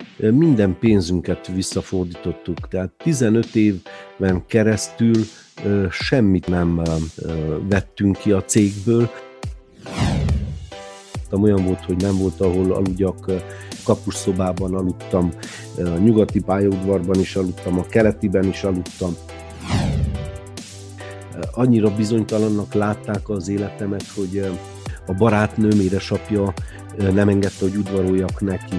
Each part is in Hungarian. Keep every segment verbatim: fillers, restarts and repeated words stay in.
minden pénzünket visszafordítottuk, tehát tizenöt évben keresztül semmit nem vettünk ki a cégből. Olyan volt, hogy nem volt, ahol aludjak, kapusszobában aludtam, a nyugati pályaudvarban is aludtam, a keletiben is aludtam. Annyira bizonytalannak látták az életemet, hogy a barátnőm, édesapja nem engedte, hogy udvaroljak neki.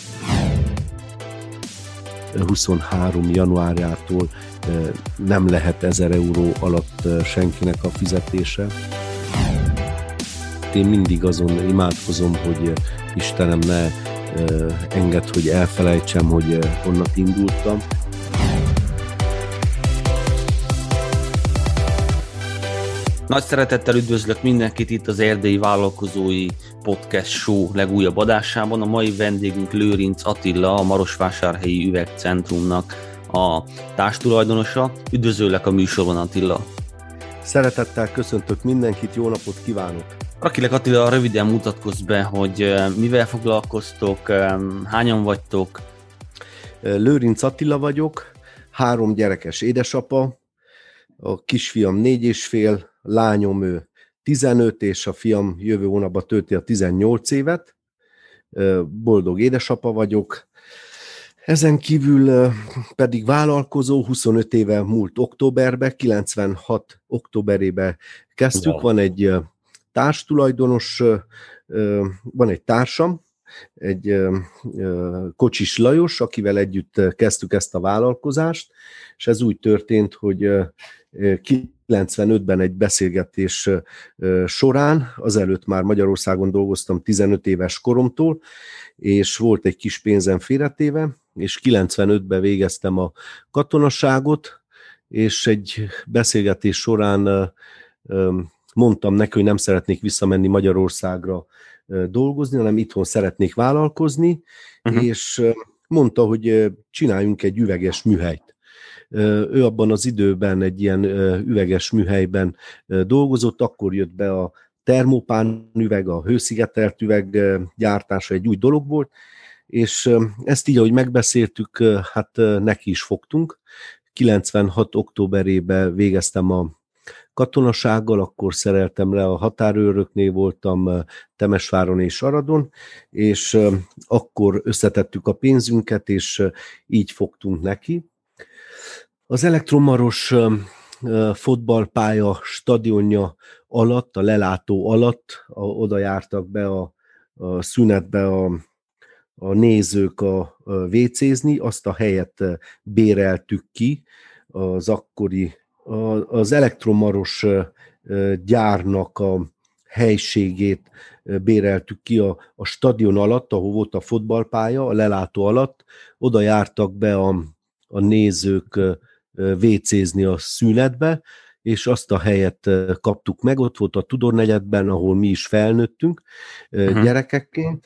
huszonhárom januárjától nem lehet ezer euró alatt senkinek a fizetése. Én mindig azon imádkozom, hogy Istenem ne engedd, hogy elfelejtsem, hogy honnan indultam. Nagy szeretettel üdvözlök mindenkit itt az Erdélyi Vállalkozói Podcast Show legújabb adásában. A mai vendégünk Lőrinc Attila, a Marosvásárhelyi Üvegcentrumnak a társtulajdonosa. Üdvözöllek a műsorban, Attila! Szeretettel köszöntök mindenkit, jó napot kívánok! Rakilek, Attila, röviden mutatkozz be, hogy mivel foglalkoztok, hányan vagytok? Lőrinc Attila vagyok, három gyerekes édesapa, a kisfiam négy és fél, lányom ő tizenöt, és a fiam jövő hónapban tölti a tizennyolc évet. Boldog édesapa vagyok. Ezen kívül pedig vállalkozó, huszonöt éve múlt októberben, kilencvenhat októberében kezdtük. Wow. Van egy társtulajdonos, van egy társam, egy Kocsis Lajos, akivel együtt kezdtük ezt a vállalkozást, és ez úgy történt, hogy kilencvenötben egy beszélgetés során, azelőtt már Magyarországon dolgoztam tizenöt éves koromtól, és volt egy kis pénzem félretéve, és kilencvenötben végeztem a katonaságot, és egy beszélgetés során mondtam neki, hogy nem szeretnék visszamenni Magyarországra dolgozni, hanem itthon szeretnék vállalkozni, uh-huh. és mondta, hogy csináljunk egy üveges műhelyt. Ő abban az időben egy ilyen üveges műhelyben dolgozott, akkor jött be a termopán üveg, a hőszigetelt üveg gyártása egy új dolog volt, és ezt így, ahogy megbeszéltük, hát neki is fogtunk. kilencvenhat októberében végeztem a katonasággal, akkor szereltem le, a határőröknél voltam Temesváron és Aradon, és akkor összetettük a pénzünket, és így fogtunk neki. Az Elektromaros fotballpálya stadionja alatt, a lelátó alatt, a, oda jártak be a, a szünetbe a, a nézők a, a vécézni, azt a helyet béreltük ki az akkori az Elektromaros gyárnak a helységét béreltük ki a, a stadion alatt, ahol volt a fotballpálya, a lelátó alatt, oda jártak be a, a nézők vécézni a szünetbe, és azt a helyet kaptuk meg, ott volt a Tudor negyedben, ahol mi is felnőttünk uh-huh. gyerekekként,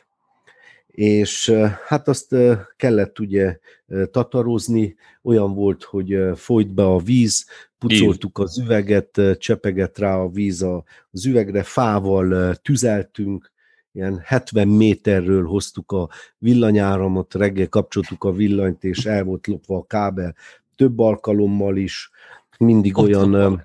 és hát azt kellett ugye tatarozni, olyan volt, hogy folyt be a víz, pucoltuk az üveget, csepegett rá a víz az üvegre, fával tüzeltünk, ilyen hetven méterről hoztuk a villanyáramot, reggel kapcsoltuk a villanyt, és el volt lopva a kábel több alkalommal is, mindig olyan,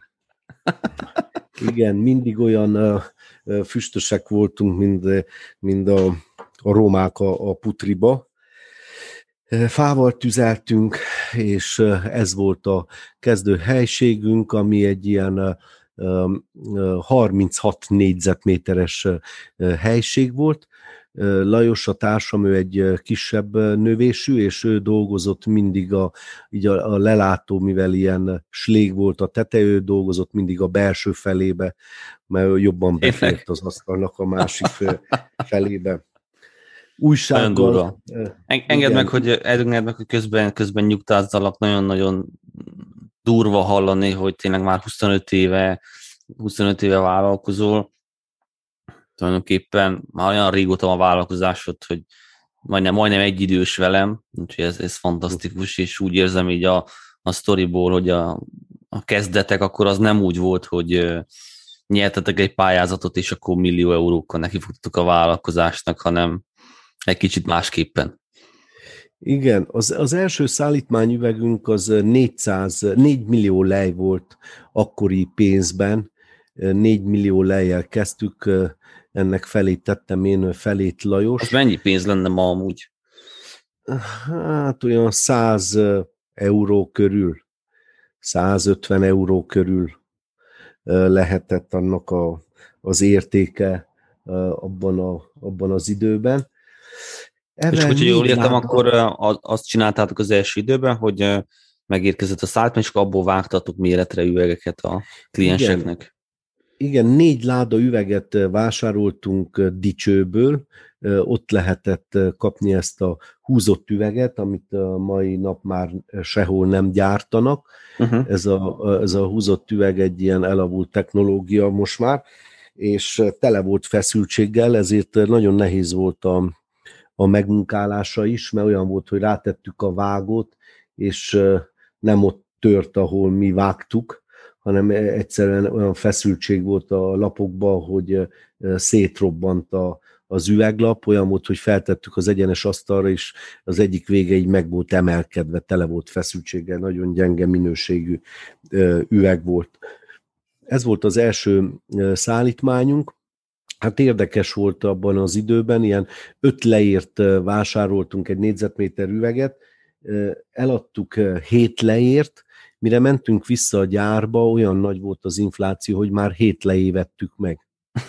igen, mindig olyan füstösek voltunk, mint, mint a, a romák a, a putriba. Fával tüzeltünk, és ez volt a kezdő helységünk, ami egy ilyen harminchat négyzetméteres helység volt. Lajos, a társam, ő egy kisebb növésű, és ő dolgozott mindig a, így a, a lelátó, mivel ilyen slég volt a teteje, ő dolgozott mindig a belső felébe, mert ő jobban befért az asztalnak a másik felébe. Újsággal. Engedd meg, hogy, engedd meg, hogy közben, közben nyugtázzalak, nagyon-nagyon durva hallani, hogy tényleg már huszonöt éve, huszonöt éve vállalkozol. Tulajdonképpen már olyan régóta a vállalkozásod, hogy majdnem, majdnem egyidős velem, úgyhogy ez, ez fantasztikus, és úgy érzem így a, a sztoriból, hogy a, a kezdetek akkor az nem úgy volt, hogy nyertetek egy pályázatot, és akkor millió eurókkal nekifutottuk a vállalkozásnak, hanem egy kicsit másképpen. Igen, az, az első szállítmányüvegünk az négyszáz, négy millió lej volt akkori pénzben, négy millió lejjel kezdtük, ennek felét tettem én, felét Lajos. Az mennyi pénz lenne ma amúgy? Hát olyan száz euró körül, százötven euró körül lehetett annak a, az értéke abban, a, abban az időben. Evel és hogyha jól értem, látom, akkor azt csináltátok az első időben, hogy megérkezett a szállítmány, és abból vágtatok méretre üvegeket a klienseknek. Igen. Igen, négy láda üveget vásároltunk Dicsőből, ott lehetett kapni ezt a húzott üveget, amit a mai nap már sehol nem gyártanak. Uh-huh. Ez, a, ez a húzott üveg egy ilyen elavult technológia most már, és tele volt feszültséggel, ezért nagyon nehéz volt a, a megmunkálása is, mert olyan volt, hogy rátettük a vágót, és nem ott tört, ahol mi vágtuk, hanem egyszerűen olyan feszültség volt a lapokban, hogy szétrobbant a, az üveglap, olyan volt, hogy feltettük az egyenes asztalra, és az egyik vége így meg volt emelkedve, tele volt feszültséggel, nagyon gyenge minőségű üveg volt. Ez volt az első szállítmányunk. Hát érdekes volt abban az időben, ilyen öt leért vásároltunk egy négyzetméter üveget, eladtuk hét leért, mire mentünk vissza a gyárba, olyan nagy volt az infláció, hogy már hét lejé vettük meg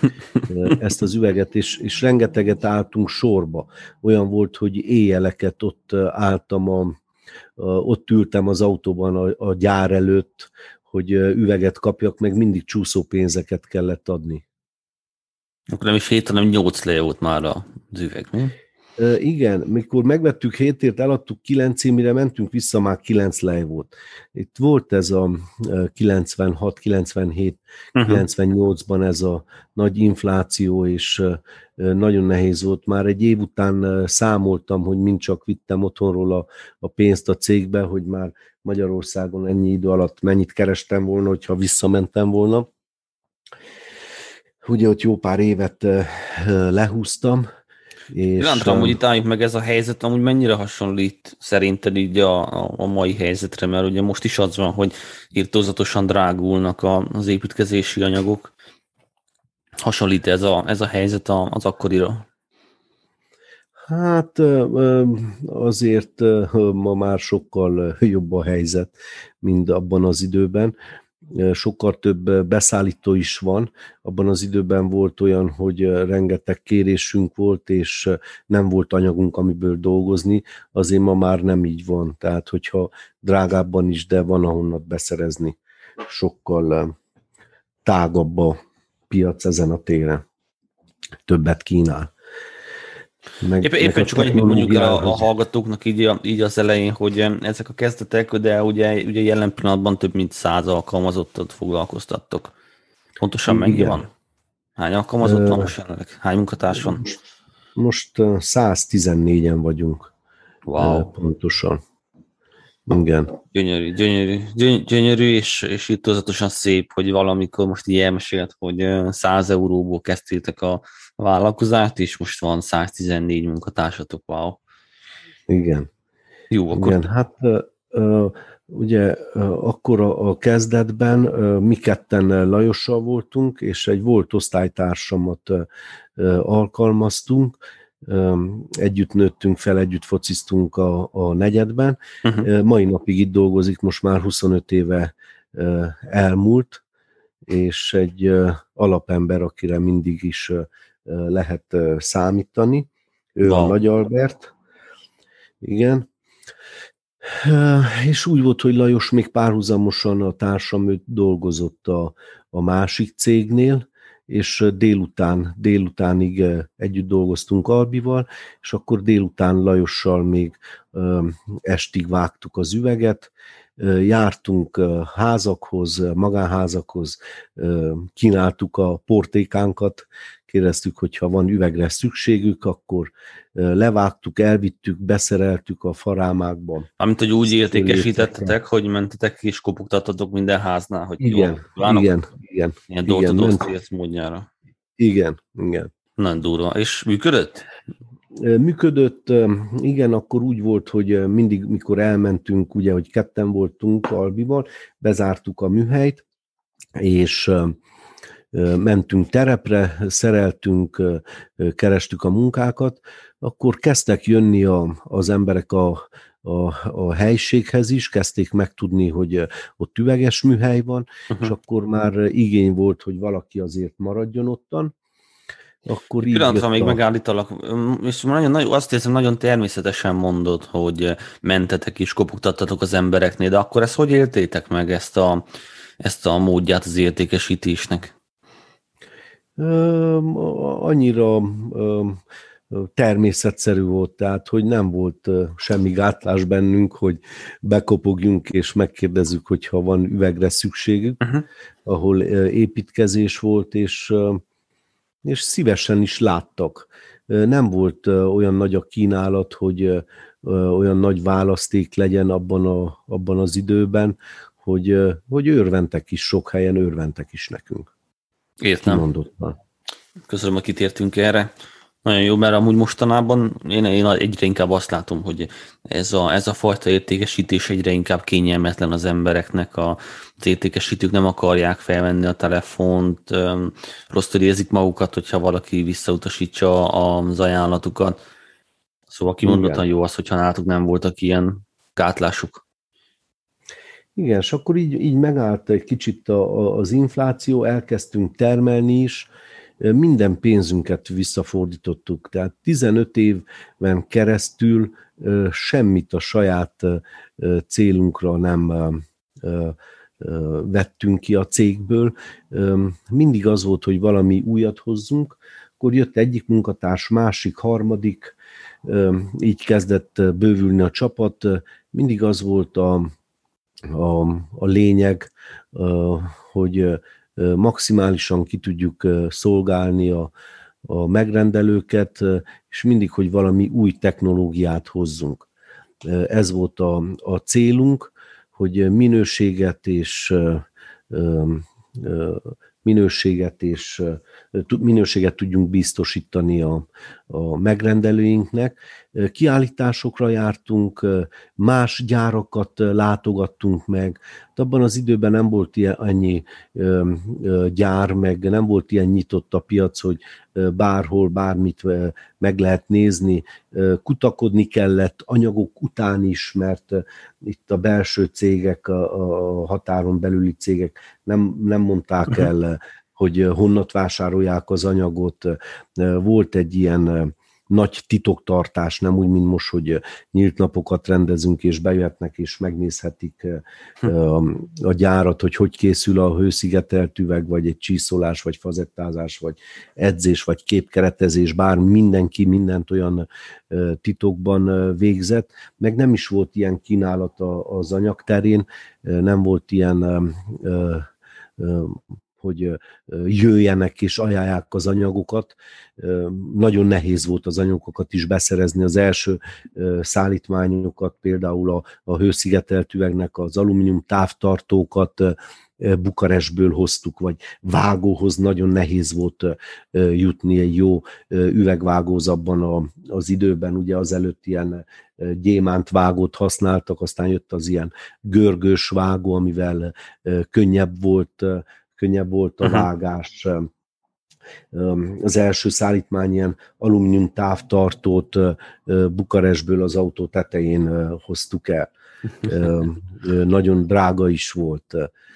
ezt az üveget, és, és rengeteget álltunk sorba. Olyan volt, hogy éjjeleket ott álltam, a, a, ott ültem az autóban a, a gyár előtt, hogy üveget kapjak, meg mindig csúszópénzeket kellett adni. Akkor nem is hét, hanem nyolc lej volt már az üveg, mi? Uh, igen, mikor megvettük hétért, eladtuk kilencért, mire mentünk vissza, már kilenc lej volt. Itt volt ez a kilencvenhat, kilencvenhét, uh-huh. kilencvennyolcban ez a nagy infláció, és uh, nagyon nehéz volt. Már egy év után uh, számoltam, hogy mind csak vittem otthonról a, a pénzt a cégbe, hogy már Magyarországon ennyi idő alatt mennyit kerestem volna, hogyha visszamentem volna. Ugye ott jó pár évet uh, lehúztam. És nem tudom, hogy itt álljunk meg ez a helyzet, amúgy mennyire hasonlít szerinted így a, a mai helyzetre, mert ugye most is az van, hogy irtózatosan drágulnak a, az építkezési anyagok. Hasonlít ez a, ez a helyzet az akkorira? Hát azért ma már sokkal jobb a helyzet, mint abban az időben. Sokkal több beszállító is van. Abban az időben volt olyan, hogy rengeteg kérésünk volt, és nem volt anyagunk, amiből dolgozni. Azért ma már nem így van. Tehát, hogyha drágábban is, de van ahonnan beszerezni. Sokkal tágabb a piac ezen a téren. Többet kínál. Meg, éppen, éppen csak annyit mondjuk el a, a hallgatóknak így, így az elején, hogy ezek a kezdetek, de ugye, ugye jelen pillanatban több mint száz alkalmazottat foglalkoztattok. Pontosan mennyi igen. van? Hány alkalmazott van most jelenleg? Hány munkatárs van? Most, most száztizennégyen vagyunk. Wow. Pontosan. Igen. Gyönyörű, gyönyörű, gyönyörű, gyönyörű és, és irtózatosan szép, hogy valamikor most így elmesélt, hogy száz euróból kezdtétek a vállalkozást, és most van száztizennégy munkatársatok, wow. Igen. Jó, akkor... Igen, hát uh, ugye uh, akkor a, a kezdetben uh, mi ketten Lajossal voltunk, és egy volt osztálytársamat uh, alkalmaztunk, um, együtt nőttünk fel, együtt fociztunk a, a negyedben. Uh-huh. Uh, mai napig itt dolgozik, most már huszonöt éve uh, elmúlt, és egy uh, alapember, akire mindig is uh, lehet számítani. Ő wow. a Nagy Albert. Igen. És úgy volt, hogy Lajos még párhuzamosan a társam őt dolgozott a, a másik cégnél, és délután, délutánig együtt dolgoztunk Albival, és akkor délután Lajossal még estig vágtuk az üveget, jártunk házakhoz, magánházakhoz, kínáltuk a portékánkat, kérdeztük, hogyha van üvegre szükségük, akkor levágtuk, elvittük, beszereltük a farámákban. Amint, hogy úgy értékesítettetek, hogy mentetek és kopogtattatok minden háznál, hogy igen, jó, igen, igen. Ilyen door-to-door módjára. Igen, igen. Nagyon durva. És működött? Működött, igen, akkor úgy volt, hogy mindig, mikor elmentünk, ugye, hogy ketten voltunk Albival, bezártuk a műhelyt, és mentünk terepre, szereltünk, kerestük a munkákat, akkor kezdtek jönni a, az emberek a, a, a helységhez is, kezdték megtudni, hogy ott üveges műhely van, uh-huh. és akkor már igény volt, hogy valaki azért maradjon ottan. Akkor így pillanatra még a... megállítalak, és nagyon, nagyon, azt hiszem, nagyon természetesen mondod, hogy mentetek és kopogtattatok az embereknél, de akkor ezt hogy éltétek meg, ezt a, ezt a módját az értékesítésnek? Uh, annyira uh, természetszerű volt, tehát, hogy nem volt uh, semmi gátlás bennünk, hogy bekopogjunk és megkérdezzük, hogyha van üvegre szükségük, uh-huh. ahol uh, építkezés volt, és, uh, és szívesen is láttak. Uh, nem volt uh, olyan nagy a kínálat, hogy uh, olyan nagy választék legyen abban, a, abban az időben, hogy, uh, hogy örventek is, sok helyen örventek is nekünk. Értem. Kimondottan. Köszönöm, hogy kitértünk erre. Nagyon jó, mert amúgy mostanában én, én egyre inkább azt látom, hogy ez a, ez a fajta értékesítés egyre inkább kényelmetlen az embereknek. A, az értékesítők nem akarják felvenni a telefont, rosszul érzik magukat, hogyha valaki visszautasítsa az ajánlatukat. Szóval kimondottan jó az, hogyha nálatok nem voltak ilyen gátlásuk. Igen, és akkor így, így megállt egy kicsit a, a, az infláció, elkezdtünk termelni is, minden pénzünket visszafordítottuk, tehát tizenöt éven keresztül semmit a saját célunkra nem vettünk ki a cégből. Mindig az volt, hogy valami újat hozzunk, akkor jött egyik munkatárs, másik, harmadik, így kezdett bővülni a csapat. Mindig az volt a, a, a lényeg, hogy maximálisan ki tudjuk szolgálni a, a megrendelőket, és mindig, hogy valami új technológiát hozzunk. Ez volt a, a célunk, hogy minőséget és minőséget és minőséget tudjunk biztosítani a, a megrendelőinknek. Kiállításokra jártunk, más gyárakat látogattunk meg. Abban az időben nem volt ilyen, ennyi gyár, meg nem volt ilyen nyitott a piac, hogy bárhol bármit meg lehet nézni. Kutakodni kellett anyagok után is, mert itt a belső cégek, a határon belüli cégek nem, nem mondták el, hogy honnat vásárolják az anyagot. Volt egy ilyen nagy titoktartás, nem úgy, mint most, hogy nyílt napokat rendezünk, és bejöhetnek, és megnézhetik a gyárat, hogy hogy készül a hőszigetelt üveg, vagy egy csiszolás, vagy fazettázás, vagy edzés, vagy képkeretezés, bár mindenki mindent olyan titokban végzett, meg nem is volt ilyen kínálat az anyagterén, nem volt ilyen hogy jöjjenek és ajánlják az anyagokat. Nagyon nehéz volt az anyagokat is beszerezni. Az első szállítmányokat, például a, a hőszigetelt üvegnek az alumínium távtartókat Bukarestből hoztuk, vagy vágóhoz nagyon nehéz volt jutni egy jó üvegvágózabban a, az időben, ugye azelőtt ilyen gyémánt vágót használtak, aztán jött az ilyen görgős vágó, amivel könnyebb volt könnyebb volt a vágás. Az első szállítmány ilyen alumínium távtartót Bukarestből az autó tetején hoztuk el. Nagyon drága is volt.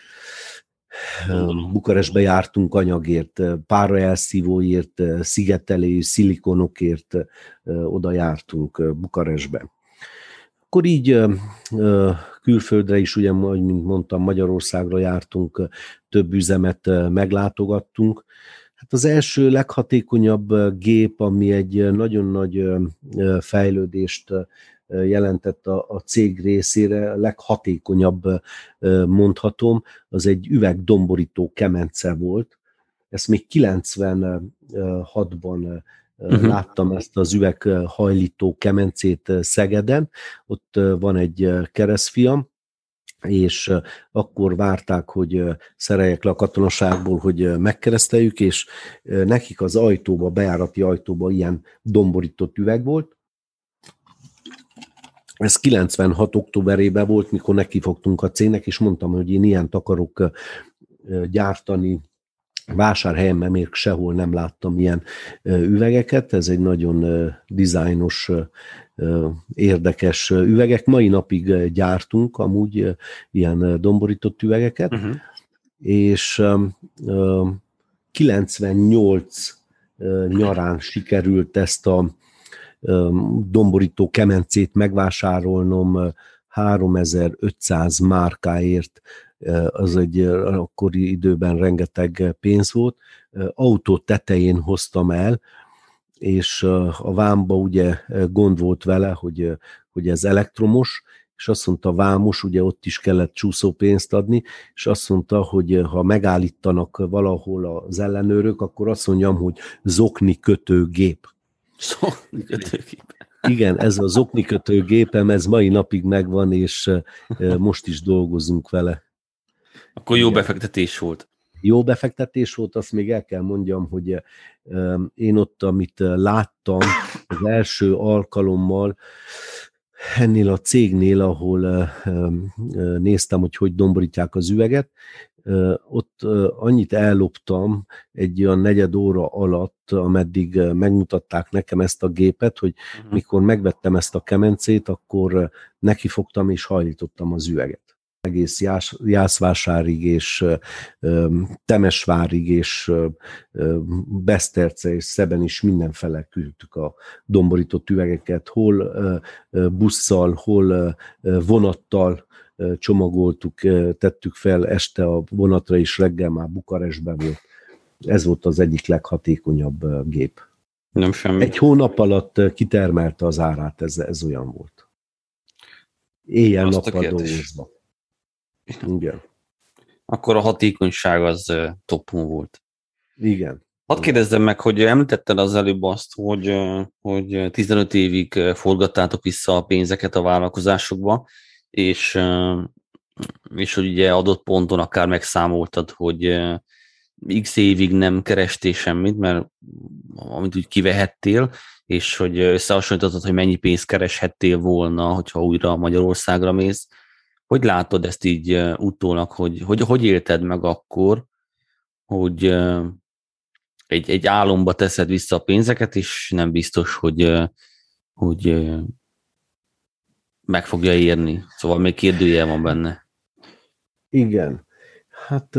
Bukarestbe jártunk anyagért, páraelszívóért, szigetelő szilikonokért, oda jártunk Bukarestbe. Akkor így külföldre is, ugye, mint mondtam, Magyarországra jártunk, több üzemet meglátogattunk. Hát az első leghatékonyabb gép, ami egy nagyon nagy fejlődést jelentett a, a cég részére, a leghatékonyabb mondhatom, az egy üvegdomborító kemence volt. Ezt még kilencvenhatban Uh-huh. láttam ezt az üveghajlító kemencét Szegeden, ott van egy keresztfiam, és akkor várták, hogy szereljek le a katonaságból, hogy megkereszteljük, és nekik az ajtóba, bejárati ajtóba ilyen domborított üveg volt. Ez kilencvenhat októberében volt, mikor nekifogtunk a cégnek, és mondtam, hogy én ilyent akarok gyártani Vásárhelyen, mert még sehol nem láttam ilyen üvegeket. Ez egy nagyon dizájnos, érdekes üvegek. Mai napig gyártunk amúgy ilyen domborított üvegeket, uh-huh. és kilencvennyolc nyarán sikerült ezt a domborító kemencét megvásárolnom háromezer-ötszáz márkáért. Az egy akkori időben rengeteg pénz volt. Autó tetején hoztam el, és a vámba ugye gond volt vele, hogy, hogy ez elektromos, és azt mondta a vámos, ugye ott is kellett csúszópénzt adni, és azt mondta, hogy ha megállítanak valahol az ellenőrök, akkor azt mondjam, hogy zokni kötőgép. Zokni kötőgép. Igen, ez a zokni kötőgépem, ez mai napig megvan, és most is dolgozunk vele. Akkor jó befektetés volt. Jó befektetés volt, azt még el kell mondjam, hogy én ott, amit láttam az első alkalommal ennél a cégnél, ahol néztem, hogy hogy domborítják az üveget, ott annyit elloptam egy olyan negyed óra alatt, ameddig megmutatták nekem ezt a gépet, hogy uh-huh. mikor megvettem ezt a kemencét, akkor nekifogtam és hajlítottam az üveget. Egész Jász, Jászvásárig és Temesvárig és Beszterce és Szeben is mindenfele küldtük a domborított üvegeket, hol busszal, hol vonattal csomagoltuk, tettük fel este a vonatra, és reggel már Bukarestben volt. Ez volt az egyik leghatékonyabb gép. Nem semmi. Egy hónap alatt kitermelte az árát, ez, ez olyan volt. Éjjel-nappal dolgozva. Igen. Akkor a hatékonyság az topon volt. Igen. Hadd kérdezzem meg, hogy említetted az előbb azt, hogy, hogy tizenöt évig forgattátok vissza a pénzeket a vállalkozásokba, és, és hogy ugye adott ponton akár megszámoltad, hogy x évig nem kerestél semmit, mert amit úgy kivehettél, és hogy összehasonlítottad, hogy mennyi pénzt kereshettél volna, hogyha újra Magyarországra mész. Hogy látod ezt így utólag, hogy, hogy hogy élted meg akkor, hogy egy, egy álomba teszed vissza a pénzeket, és nem biztos, hogy, hogy meg fogja érni. Szóval még kérdőjel van benne. Igen. Hát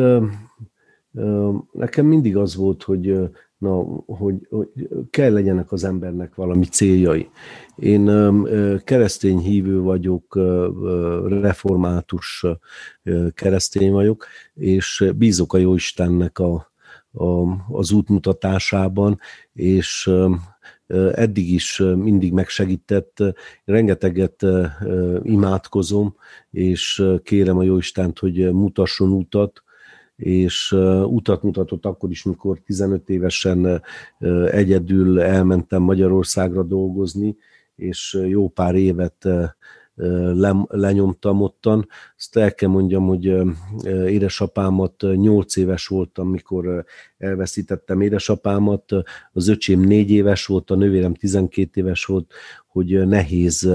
nekem mindig az volt, hogy na, hogy, hogy kell legyenek az embernek valami céljai. Én keresztény hívő vagyok, református keresztény vagyok, és bízok a Jóistennek a, a, az útmutatásában, és eddig is mindig megsegített. Rengeteget imádkozom, és kérem a Jóistent, hogy mutasson utat, és utat mutatott akkor is, mikor tizenöt évesen egyedül elmentem Magyarországra dolgozni, és jó pár évet lenyomtam ottan. Azt el kell mondjam, hogy édesapámat nyolc éves voltam, mikor elveszítettem édesapámat, az öcsém négy éves volt, a nővérem tizenkét éves volt, hogy nehéz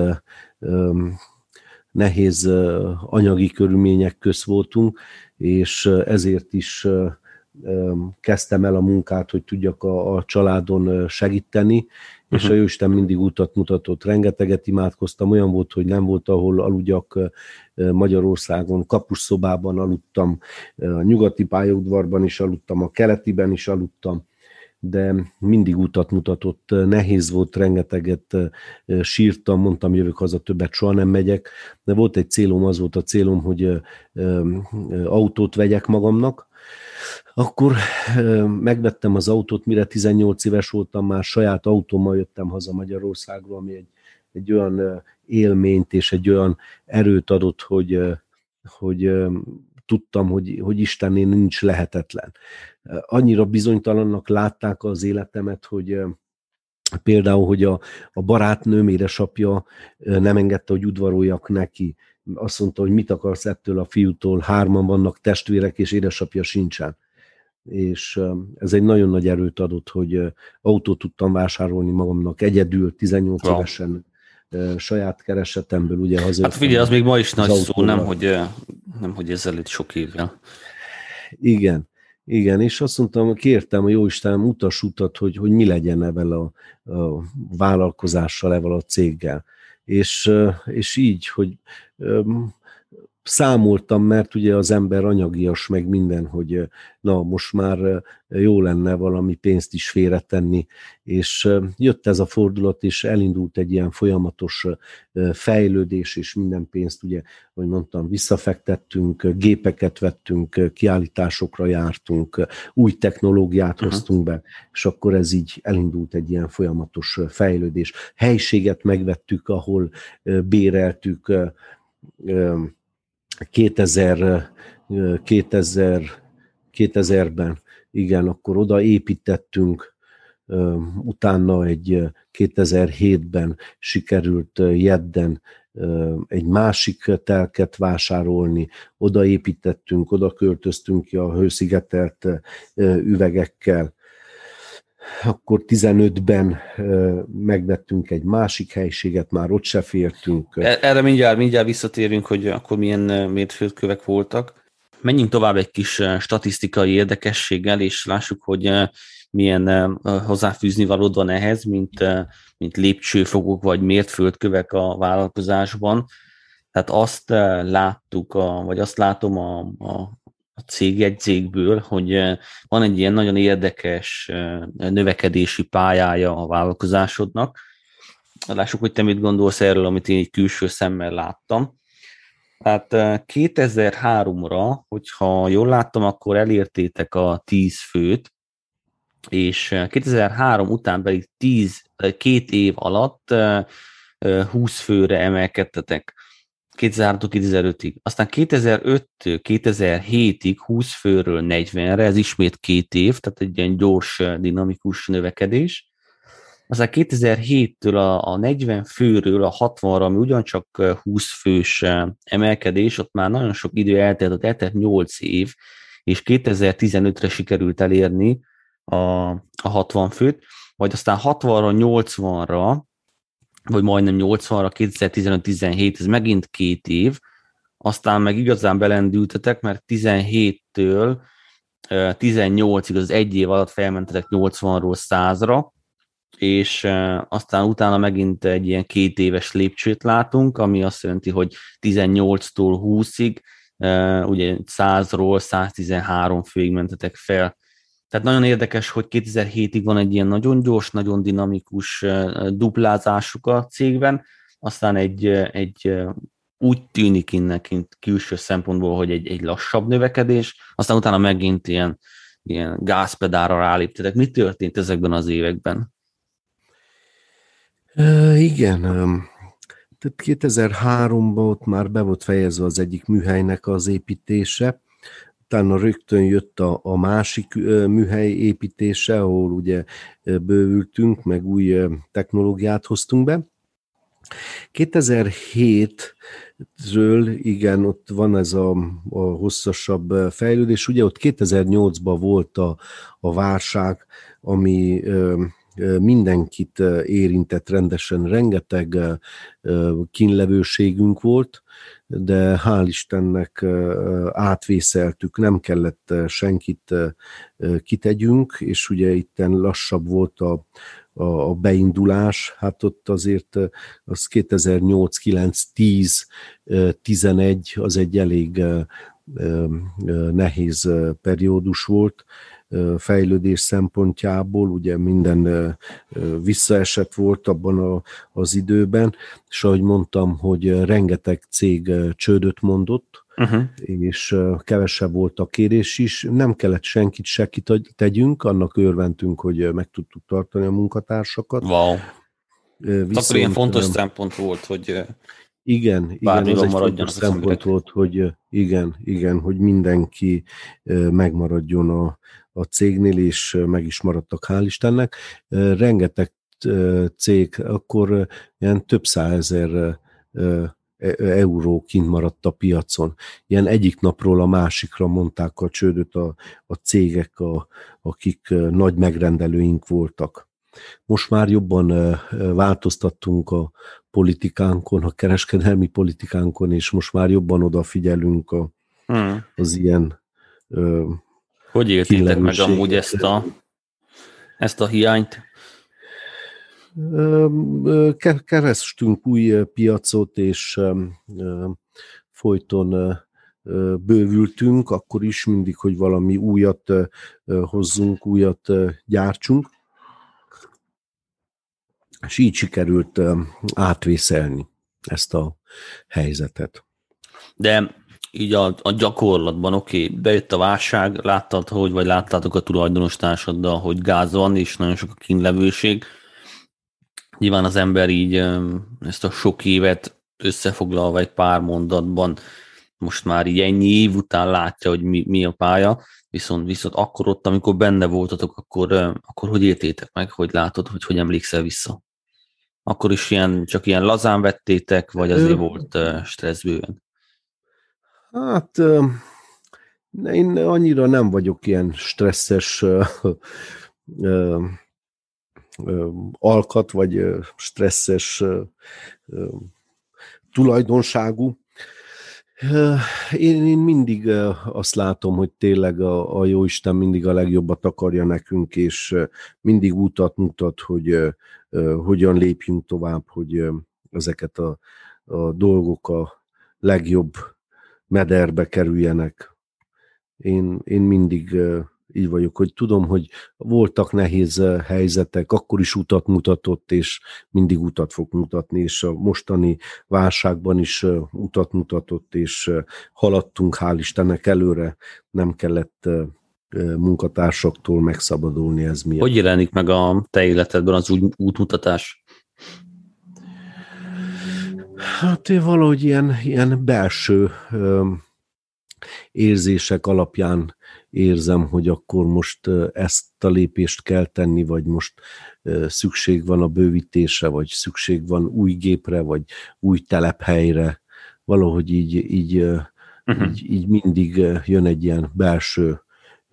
nehéz anyagi körülmények közt voltunk, és ezért is kezdtem el a munkát, hogy tudjak a, a családon segíteni, uh-huh. és a Jóisten mindig utat mutatott. Rengeteget imádkoztam, olyan volt, hogy nem volt, ahol aludjak Magyarországon, kapusszobában aludtam, a nyugati pályaudvarban is aludtam, a keletiben is aludtam, de mindig utat mutatott, nehéz volt, rengeteget sírtam, mondtam, jövök haza, többet soha nem megyek, de volt egy célom, az volt a célom, hogy autót vegyek magamnak. Akkor megvettem az autót, mire tizennyolc éves voltam, már saját autómmal jöttem haza Magyarországról, ami egy, egy olyan élményt és egy olyan erőt adott, hogy, hogy tudtam, hogy, hogy Istennél nincs lehetetlen. Annyira bizonytalannak látták az életemet, hogy például, hogy a, a barátnőm, édesapja nem engedte, hogy udvaroljak neki. azt mondta, hogy mit akarsz ettől a fiútól, hárman vannak testvérek, és édesapja sincsen. És ez egy nagyon nagy erőt adott, hogy autót tudtam vásárolni magamnak egyedül, tizennyolc wow. évesen, saját keresetemből, ugye hazajöttem. Hát figyelj, az még ma is nagy szó, nem hogy, nem hogy ezzel itt sok évvel. Igen, igen, és azt mondtam, kértem a Jóistenem utas utat, hogy, hogy mi legyen ebben a, a vállalkozással, ebben a céggel. És, és így, hogy számoltam, mert ugye az ember anyagias meg minden, hogy na, most már jó lenne valami pénzt is félretenni, és jött ez a fordulat, és elindult egy ilyen folyamatos fejlődés, és minden pénzt, ugye, ahogy mondtam, visszafektettünk, gépeket vettünk, kiállításokra jártunk, új technológiát uh-huh. hoztunk be, és akkor ez így elindult egy ilyen folyamatos fejlődés. Helységet megvettük, ahol béreltük, kétezer, kétezer, kétezerben, igen, akkor oda építettünk, utána egy kétezer-hétben sikerült Jedden egy másik telket vásárolni, oda építettünk, oda költöztünk ki a hőszigetelt üvegekkel. Akkor tizenötben megvettünk egy másik helységet, már ott se fértünk. Erre mindjárt, mindjárt visszatérünk, hogy akkor milyen mérföldkövek voltak. Menjünk tovább egy kis statisztikai érdekességgel, és lássuk, hogy milyen hozzáfűzni valód van ehhez, mint, mint lépcsőfokok vagy mérföldkövek a vállalkozásban. Tehát azt láttuk, a, vagy azt látom a, a a cégjegyzékből, hogy van egy ilyen nagyon érdekes növekedési pályája a vállalkozásodnak. Lássuk, hogy te mit gondolsz erről, amit én egy külső szemmel láttam. Tehát kétezer-háromra, hogyha jól láttam, akkor elértétek a tíz főt, és kétezer-három után pedig tíz, két év alatt húsz főre emelkedtetek. kétezer-háromtól kétezer-ötig. Aztán kétezer-öttől kétezer-hétig húsz főről negyvenre, ez ismét két év, tehát egy ilyen gyors, dinamikus növekedés. Aztán kétezer-héttől a, a negyven főről a hatvanra, ami ugyancsak húsz fős emelkedés, ott már nagyon sok idő eltelt, ott eltelt nyolc év, és kétezer-tizenötre sikerült elérni a, a hatvan főt, majd aztán hatvanra, nyolcvanra, vagy majdnem nyolcvanra, kétezer-tizenöt-tizenhét, ez megint két év, aztán meg igazán belendültetek, mert tizenhéttől tizennyolcig, az egy év alatt felmentetek nyolcvanról százra, és aztán utána megint egy ilyen két éves lépcsőt látunk, ami azt jelenti, hogy tizennyolctól húszig, ugye százról száztizenhárom főig mentetek fel. Tehát nagyon érdekes, hogy kétezer-hétig van egy ilyen nagyon gyors, nagyon dinamikus duplázásuk a cégben, aztán egy, egy úgy tűnik innen külső szempontból, hogy egy, egy lassabb növekedés, aztán utána megint ilyen, ilyen gázpedára ráléptetek. Mi történt ezekben az években? Uh, igen, um, tehát kétezer-háromban ott már be volt fejezve az egyik műhelynek az építése, utána rögtön jött a, a másik műhely építése, ahol ugye bővültünk, meg új technológiát hoztunk be. kétezer-hétről, igen, ott van ez a, a hosszasabb fejlődés, ugye ott kétezer-nyolcban volt a, a válság, ami mindenkit érintett rendesen, rengeteg kínlevőségünk volt, de hál' Istennek átvészeltük, nem kellett senkit kitegyünk, és ugye itten lassabb volt a, a, a beindulás, hát ott azért az kétezer-nyolc, kilenc, tíz, tizenegy az egy elég nehéz periódus volt fejlődés szempontjából, ugye minden visszaesett volt abban a, az időben, és ahogy mondtam, hogy rengeteg cég csődöt mondott, uh-huh. és kevesebb volt a kérés is, nem kellett senkit se kitegyünk, annak örventünk, hogy meg tudtuk tartani a munkatársakat. Wow. Viszont, akkor ilyen fontos szempont volt, hogy igen, igen, ez egy fontos szempont volt, hogy igen, igen, hogy mindenki megmaradjon a, a cégnél, és meg is maradtak, hál' Istennek. Rengeteg cég, akkor ilyen több százezer euró kint maradt a piacon. Ilyen egyik napról a másikra mondták a csődöt a, a cégek, a, akik nagy megrendelőink voltak. Most már jobban változtattunk a politikánkon, a kereskedelmi politikánkon, és most már jobban odafigyelünk a, hmm. az ilyen Hogy éltétek meg amúgy ezt a, ezt a hiányt? Kerestünk új piacot, és folyton bővültünk, akkor is mindig, hogy valami újat hozzunk, újat gyártsunk, és így sikerült átvészelni ezt a helyzetet. De így a, a gyakorlatban, oké, okay, bejött a válság, láttad, hogy, vagy láttátok a tulajdonos társaddal, hogy gáz van, és nagyon sok a kínlevőség. Nyilván az ember így ezt a sok évet összefoglalva egy pár mondatban most már így ennyi év után látja, hogy mi, mi a pálya, viszont, viszont akkor ott, amikor benne voltatok, akkor, akkor hogy éltétek meg, hogy látod, hogy hogy emlékszel vissza? Akkor is ilyen, csak ilyen lazán vettétek, vagy azért volt stresszbőven? Hát én annyira nem vagyok ilyen stresszes alkat, vagy stresszes tulajdonságú. Én, én mindig azt látom, hogy tényleg a, a Jóisten mindig a legjobbat akarja nekünk, és mindig útat mutat, hogy hogyan lépjünk tovább, hogy ezeket a, a dolgok a legjobb mederbe kerüljenek. Én, én mindig így vagyok, hogy tudom, hogy voltak nehéz helyzetek, akkor is utat mutatott, és mindig utat fog mutatni, és a mostani válságban is utat mutatott, és haladtunk, hál' Istennek előre, nem kellett munkatársaktól megszabadulni ez miatt. Hogy jelenik meg a te életedben az úgy útmutatás? Hát valahogy ilyen, ilyen belső érzések alapján érzem, hogy akkor most ezt a lépést kell tenni, vagy most szükség van a bővítésre, vagy szükség van új gépre, vagy új telephelyre. Valahogy így, így, uh-huh. így, így mindig jön egy ilyen belső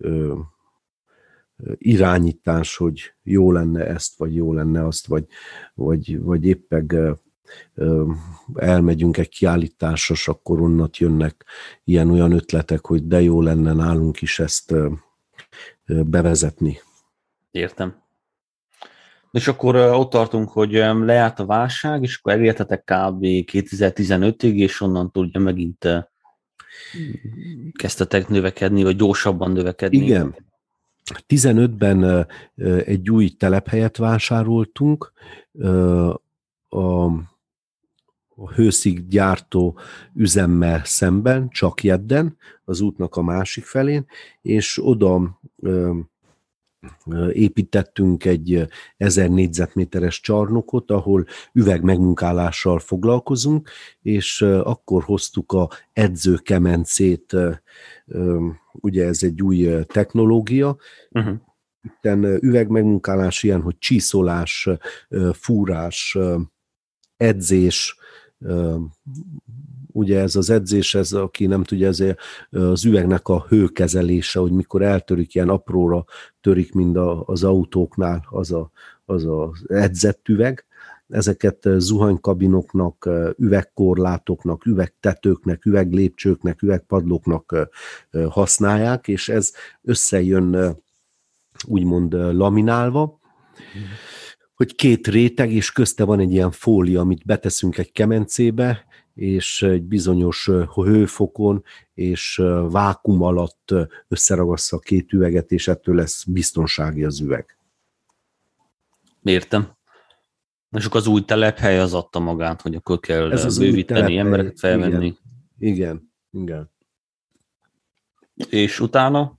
irányítás, hogy jó lenne ezt, vagy jó lenne azt, vagy, vagy, vagy éppen elmegyünk egy kiállításra, és akkor onnat jönnek ilyen-olyan ötletek, hogy de jó lenne nálunk is ezt bevezetni. Értem. És akkor ott tartunk, hogy lejárt a válság, és akkor elértetek kb. kétezer-tizenötig, és onnantól ugye megint kezdtetek növekedni, vagy gyorsabban növekedni. Igen. tizenötben egy új telephelyet vásároltunk, a a hőszik gyártó üzemmel szemben, Csakjedden, az útnak a másik felén, és oda ö, ö, építettünk egy ezer négyzetméteres csarnokot, ahol üvegmegmunkálással foglalkozunk, és ö, akkor hoztuk a edzőkemencét, ö, ö, ugye ez egy új technológia, uh-huh. Itten üvegmegmunkálás ilyen, hogy csiszolás, fúrás, edzés, ugye ez az edzés, ez, aki nem tudja, ez az üvegnek a hőkezelése, hogy mikor eltörik, ilyen apróra törik, mind az autóknál az a, az, az edzett üveg. Ezeket zuhanykabinoknak, üvegkorlátoknak, üvegtetőknek, üveglépcsőknek, üvegpadlóknak használják, és ez összejön úgymond laminálva, hogy két réteg, és közte van egy ilyen fólia, amit beteszünk egy kemencébe, és egy bizonyos hőfokon és vákum alatt összeragassza a két üveget, és ettől lesz biztonsági az üveg. Értem. És akkor az új telephely az adta magát, hogy akkor kell ez bővíteni, embereket felvenni. Igen, igen, igen. És utána?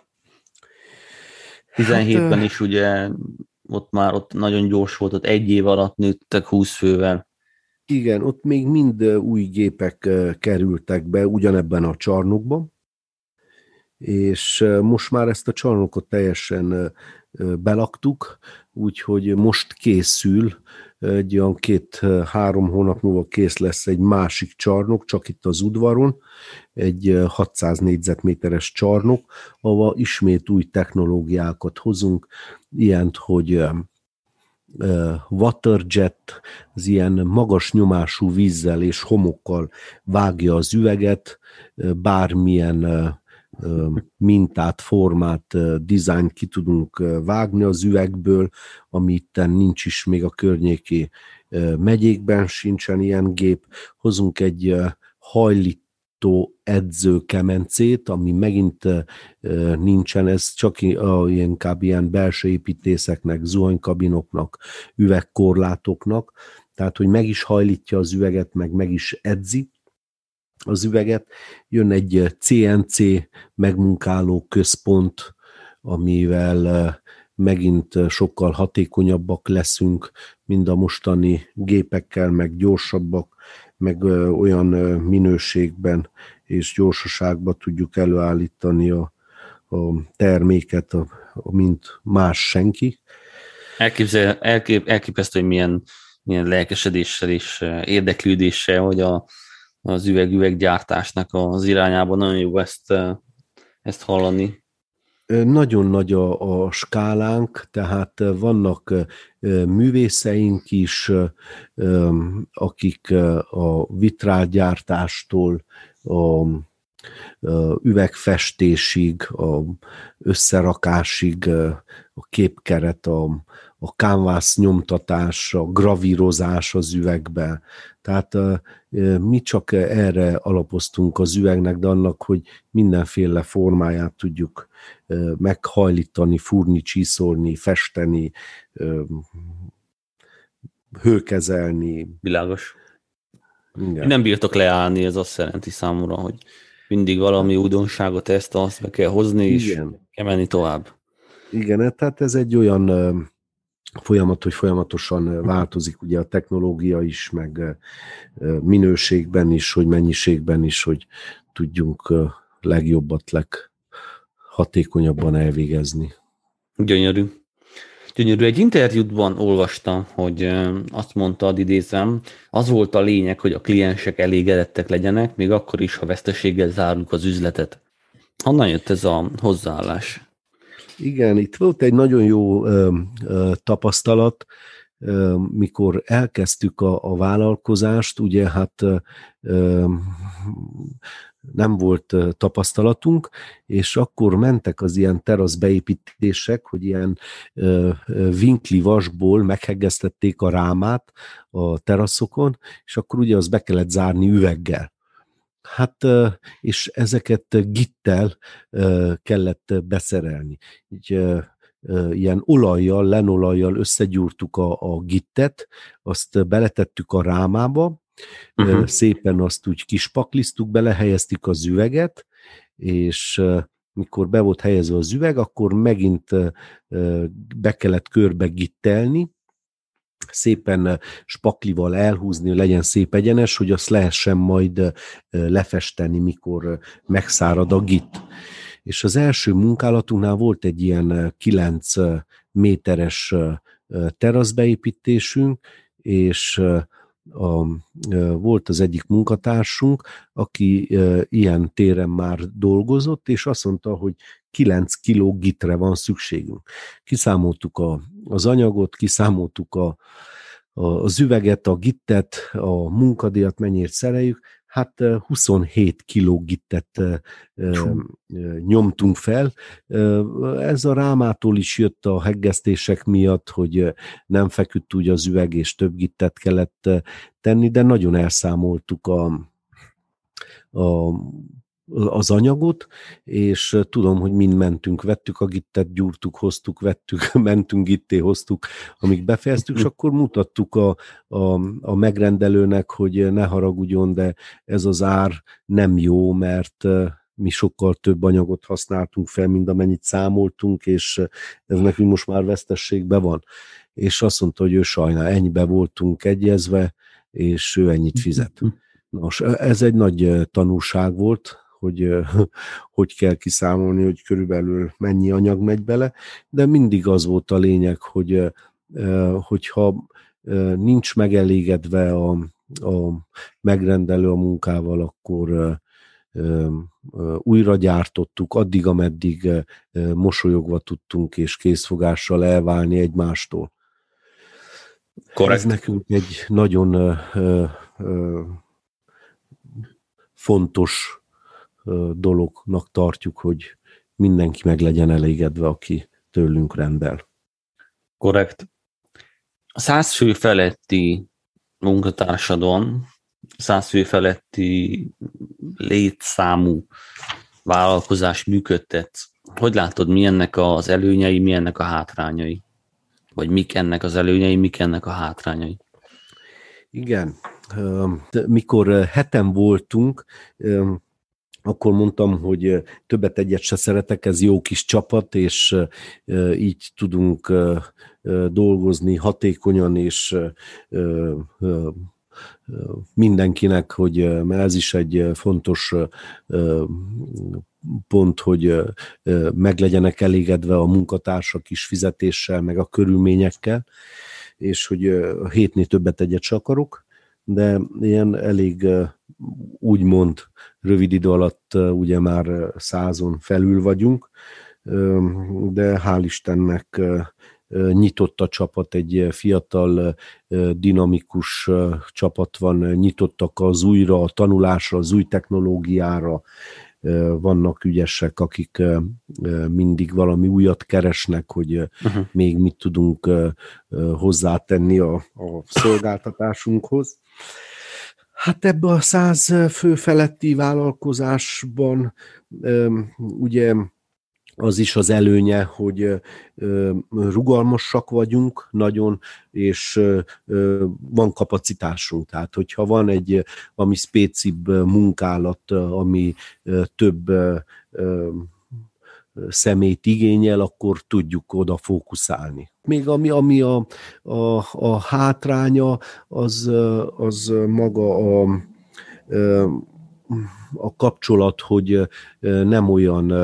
tizenhétben hát, is ugye ott már ott nagyon gyors volt, ott egy év alatt nőttek húsz fővel. Igen, ott még mind új gépek kerültek be ugyanebben a csarnokban, és most már ezt a csarnokot teljesen belaktuk, úgyhogy most készül egy olyan két-három hónap múlva kész lesz egy másik csarnok, csak itt az udvaron, egy hatszáz négyzetméteres csarnok, ahol ismét új technológiákat hozunk, ilyent, hogy waterjet, az ilyen magas nyomású vízzel és homokkal vágja az üveget, bármilyen mintát, formát, dizájnt ki tudunk vágni az üvegből, ami itten nincs is még a környéki megyékben, sincsen ilyen gép. Hozunk egy hajlító edzőkemencét, ami megint nincsen, ez csak inkább ilyen belső építészeknek, zuhanykabinoknak, üvegkorlátoknak, tehát hogy meg is hajlítja az üveget, meg meg is edzi az üveget. Jön egy cé en cé megmunkáló központ, amivel megint sokkal hatékonyabbak leszünk, mint a mostani gépekkel, meg gyorsabbak, meg olyan minőségben és gyorsaságban tudjuk előállítani a, a terméket, a, a, mint más senki. Elképzel, elkép, elképesztő, hogy milyen, milyen lelkesedéssel és érdeklődéssel, hogy a az üveg-üveggyártásnak az irányában nagyon jó ezt, ezt hallani. Nagyon nagy a, a skálánk, tehát vannak művészeink is, akik a vitrálgyártástól a üvegfestésig, a összerakásig, a képkeret, a, a canvas nyomtatás, a gravírozás az üvegbe. Tehát mi csak erre alapoztunk az üvegnek, de annak, hogy mindenféle formáját tudjuk meghajlítani, fúrni, csiszolni, festeni, hőkezelni. Világos. Igen. Nem bírtok leállni, ez azt jelenti számomra, hogy mindig valami újdonságot ezt azt be kell hozni, és igen, kell menni tovább. Igen, tehát ez egy olyan folyamat, hogy folyamatosan változik ugye a technológia is, meg minőségben is, hogy mennyiségben is, hogy tudjunk legjobbat, leghatékonyabban elvégezni. Gyönyörű. Gyönyörű. Egy interjútban olvastam, hogy azt mondtad, idézem, az volt a lényeg, hogy a kliensek elégedettek legyenek, még akkor is, ha veszteséggel zárjuk az üzletet. Honnan jött ez a hozzáállás? Igen, itt volt egy nagyon jó ö, ö, tapasztalat, ö, mikor elkezdtük a, a vállalkozást, ugye hát ö, nem volt tapasztalatunk, és akkor mentek az ilyen teraszbeépítések, hogy ilyen ö, vinkli vasból meghegesztették a rámát a teraszokon, és akkor ugye az be kellett zárni üveggel. Hát, és ezeket gittel kellett beszerelni. Így, ilyen olajjal, lenolajjal összegyúrtuk a, a gittet, azt beletettük a rámába, uh-huh. szépen azt úgy kispakliztuk, belehelyeztük az üveget, és mikor be volt helyezve az üveg, akkor megint be kellett körbe gittelni, szépen spaklival elhúzni, hogy legyen szép egyenes, hogy azt lehessen majd lefesteni, mikor megszárad a git. És az első munkálatunknál volt egy ilyen kilenc méteres teraszbeépítésünk, és a, volt az egyik munkatársunk, aki ilyen téren már dolgozott, és azt mondta, hogy kilenc kiló gitre van szükségünk. Kiszámoltuk a, az anyagot, kiszámoltuk a, a, az üveget, a gittet, a munkadíjat mennyit szereljük, hát huszonhét kiló gittet nyomtunk fel. Ez a rámától is jött a heggesztések miatt, hogy nem feküdt úgy az üveg, és több gittet kellett tenni, de nagyon elszámoltuk a, a az anyagot, és tudom, hogy mind mentünk, vettük a gittet, gyúrtuk, hoztuk, vettük, mentünk gitté, hoztuk, amíg befejeztük, és akkor mutattuk a, a, a megrendelőnek, hogy ne haragudjon, de ez az ár nem jó, mert mi sokkal több anyagot használtunk fel, mint amennyit számoltunk, és ez nekünk most már vesztességben van. És azt mondta, hogy ő sajnál, ennyibe voltunk egyezve, és ő ennyit fizet. Nos, ez egy nagy tanulság volt, hogy hogy kell kiszámolni, hogy körülbelül mennyi anyag megy bele, de mindig az volt a lényeg, hogy hogyha nincs megelégedve a, a megrendelő a munkával, akkor újra gyártottuk, addig, ameddig mosolyogva tudtunk és készfogással elválni egymástól. Korrekt. Ez nekünk egy nagyon ö, ö, fontos ö, dolognak tartjuk, hogy mindenki meg legyen elégedve, aki tőlünk rendel. Korrekt. A száz fő feletti munkatársadon, száz fő feletti létszámú vállalkozás működtetsz. Hogy látod, mi ennek az előnyei, mi ennek a hátrányai? Vagy mik ennek az előnyei, mik ennek a hátrányai? Igen. Mikor heten voltunk, akkor mondtam, hogy többet egyet se szeretek, ez jó kis csapat, és így tudunk dolgozni hatékonyan, és mindenkinek, hogy ez is egy fontos pont, hogy meg legyenek elégedve a munkatársak is fizetéssel, meg a körülményekkel, és hogy a hétnél többet egyet se akarok, de ilyen elég úgymond rövid idő alatt ugye már százon felül vagyunk, de hál' Istennek nyitott a csapat, egy fiatal, dinamikus csapat van, nyitottak az újra, a tanulásra, az új technológiára, vannak ügyesek, akik mindig valami újat keresnek, hogy uh-huh. még mit tudunk hozzátenni a, a szolgáltatásunkhoz. Hát ebbe a száz fő feletti vállalkozásban ugye az is az előnye, hogy rugalmasak vagyunk nagyon, és van kapacitásunk. Tehát, hogyha van egy ami spécibb munkálat, ami több személyt igényel, akkor tudjuk oda fókuszálni. Még ami, ami a, a, a hátránya, az, az maga a, a kapcsolat, hogy nem olyan,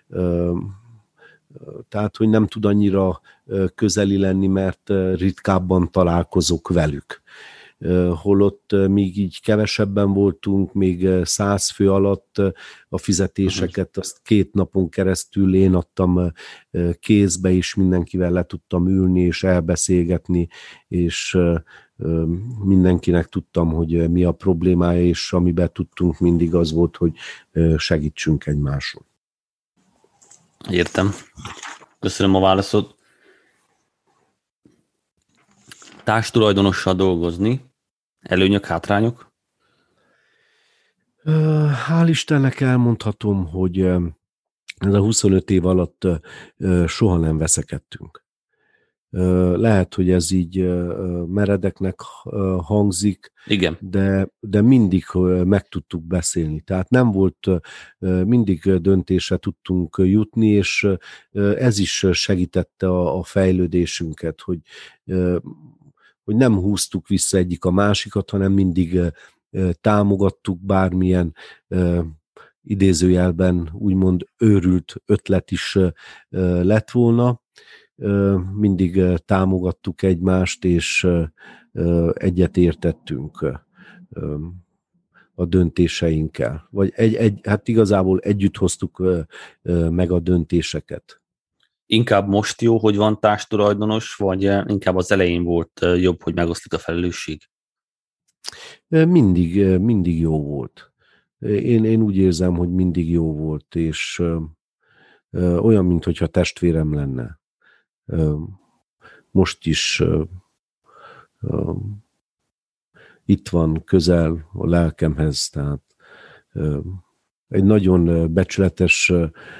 tehát, hogy nem tud annyira közeli lenni, mert ritkábban találkozok velük. Holott még így kevesebben voltunk, még száz fő alatt a fizetéseket azt két napon keresztül én adtam kézbe, és mindenkivel le tudtam ülni és elbeszélgetni, és mindenkinek tudtam, hogy mi a problémája, és amiben tudtunk mindig az volt, hogy segítsünk egymáson. Értem. Köszönöm a válaszot. Társtulajdonossal dolgozni, előnyök, hátrányok? Hál' Istennek elmondhatom, hogy ez a huszonöt év alatt soha nem veszekedtünk. Lehet, hogy ez így meredeknek hangzik, igen. De, de mindig meg tudtuk beszélni. Tehát nem volt, mindig döntésre tudtunk jutni, és ez is segítette a, a fejlődésünket, hogy, hogy nem húztuk vissza egyik a másikat, hanem mindig támogattuk, bármilyen idézőjelben úgymond őrült ötlet is lett volna. Mindig támogattuk egymást, és egyet értettünk a döntéseinkkel. Vagy egy, egy, hát igazából együtt hoztuk meg a döntéseket. Inkább most jó, hogy van társtulajdonos, vagy inkább az elején volt jobb, hogy megoszlik a felelősség? Mindig, mindig jó volt. Én, én úgy érzem, hogy mindig jó volt, és olyan, mintha testvérem lenne. Most is itt van közel a lelkemhez, tehát egy nagyon becsületes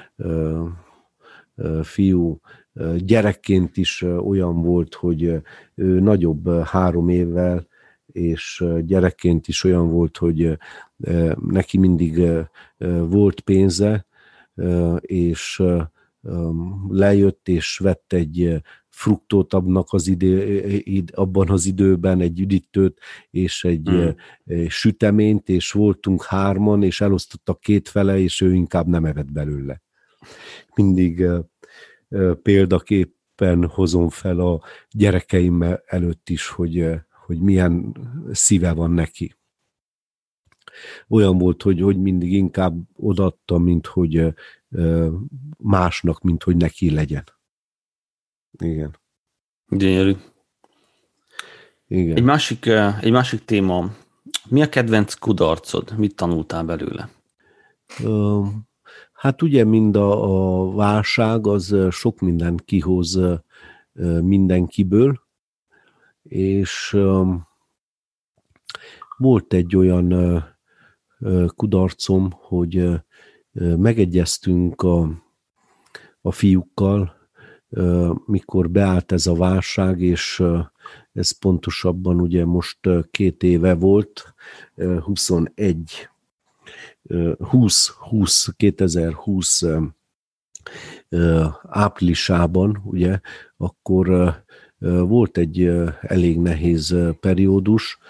fiú, gyerekként is olyan volt, hogy ő nagyobb három évvel, és gyerekként is olyan volt, hogy neki mindig volt pénze, és lejött és vett egy fruktót abnak az idő, abban az időben, egy üdítőt és egy hmm. süteményt, és voltunk hárman, és elosztottak két fele, és ő inkább nem evett belőle. Mindig példakép képpen hozom fel a gyerekeim előtt is, hogy, hogy milyen szíve van neki. Olyan volt, hogy, hogy mindig inkább odaadtam, mint hogy másnak, mint hogy neki legyen. Igen. Gyönyörű. Igen. Egy másik, egy másik téma. Mi a kedvenc kudarcod? Mit tanultál belőle? Hát ugye mind a, a válság az sok mindent kihoz mindenkiből, és volt egy olyan kudarcom, hogy megegyeztünk a, a fiúkkal, mikor beállt ez a válság, és ez pontosabban ugye most két éve volt, huszonegy, húsz, húsz, kétezer-húsz áprilisában, ugye, akkor volt egy elég nehéz periódus,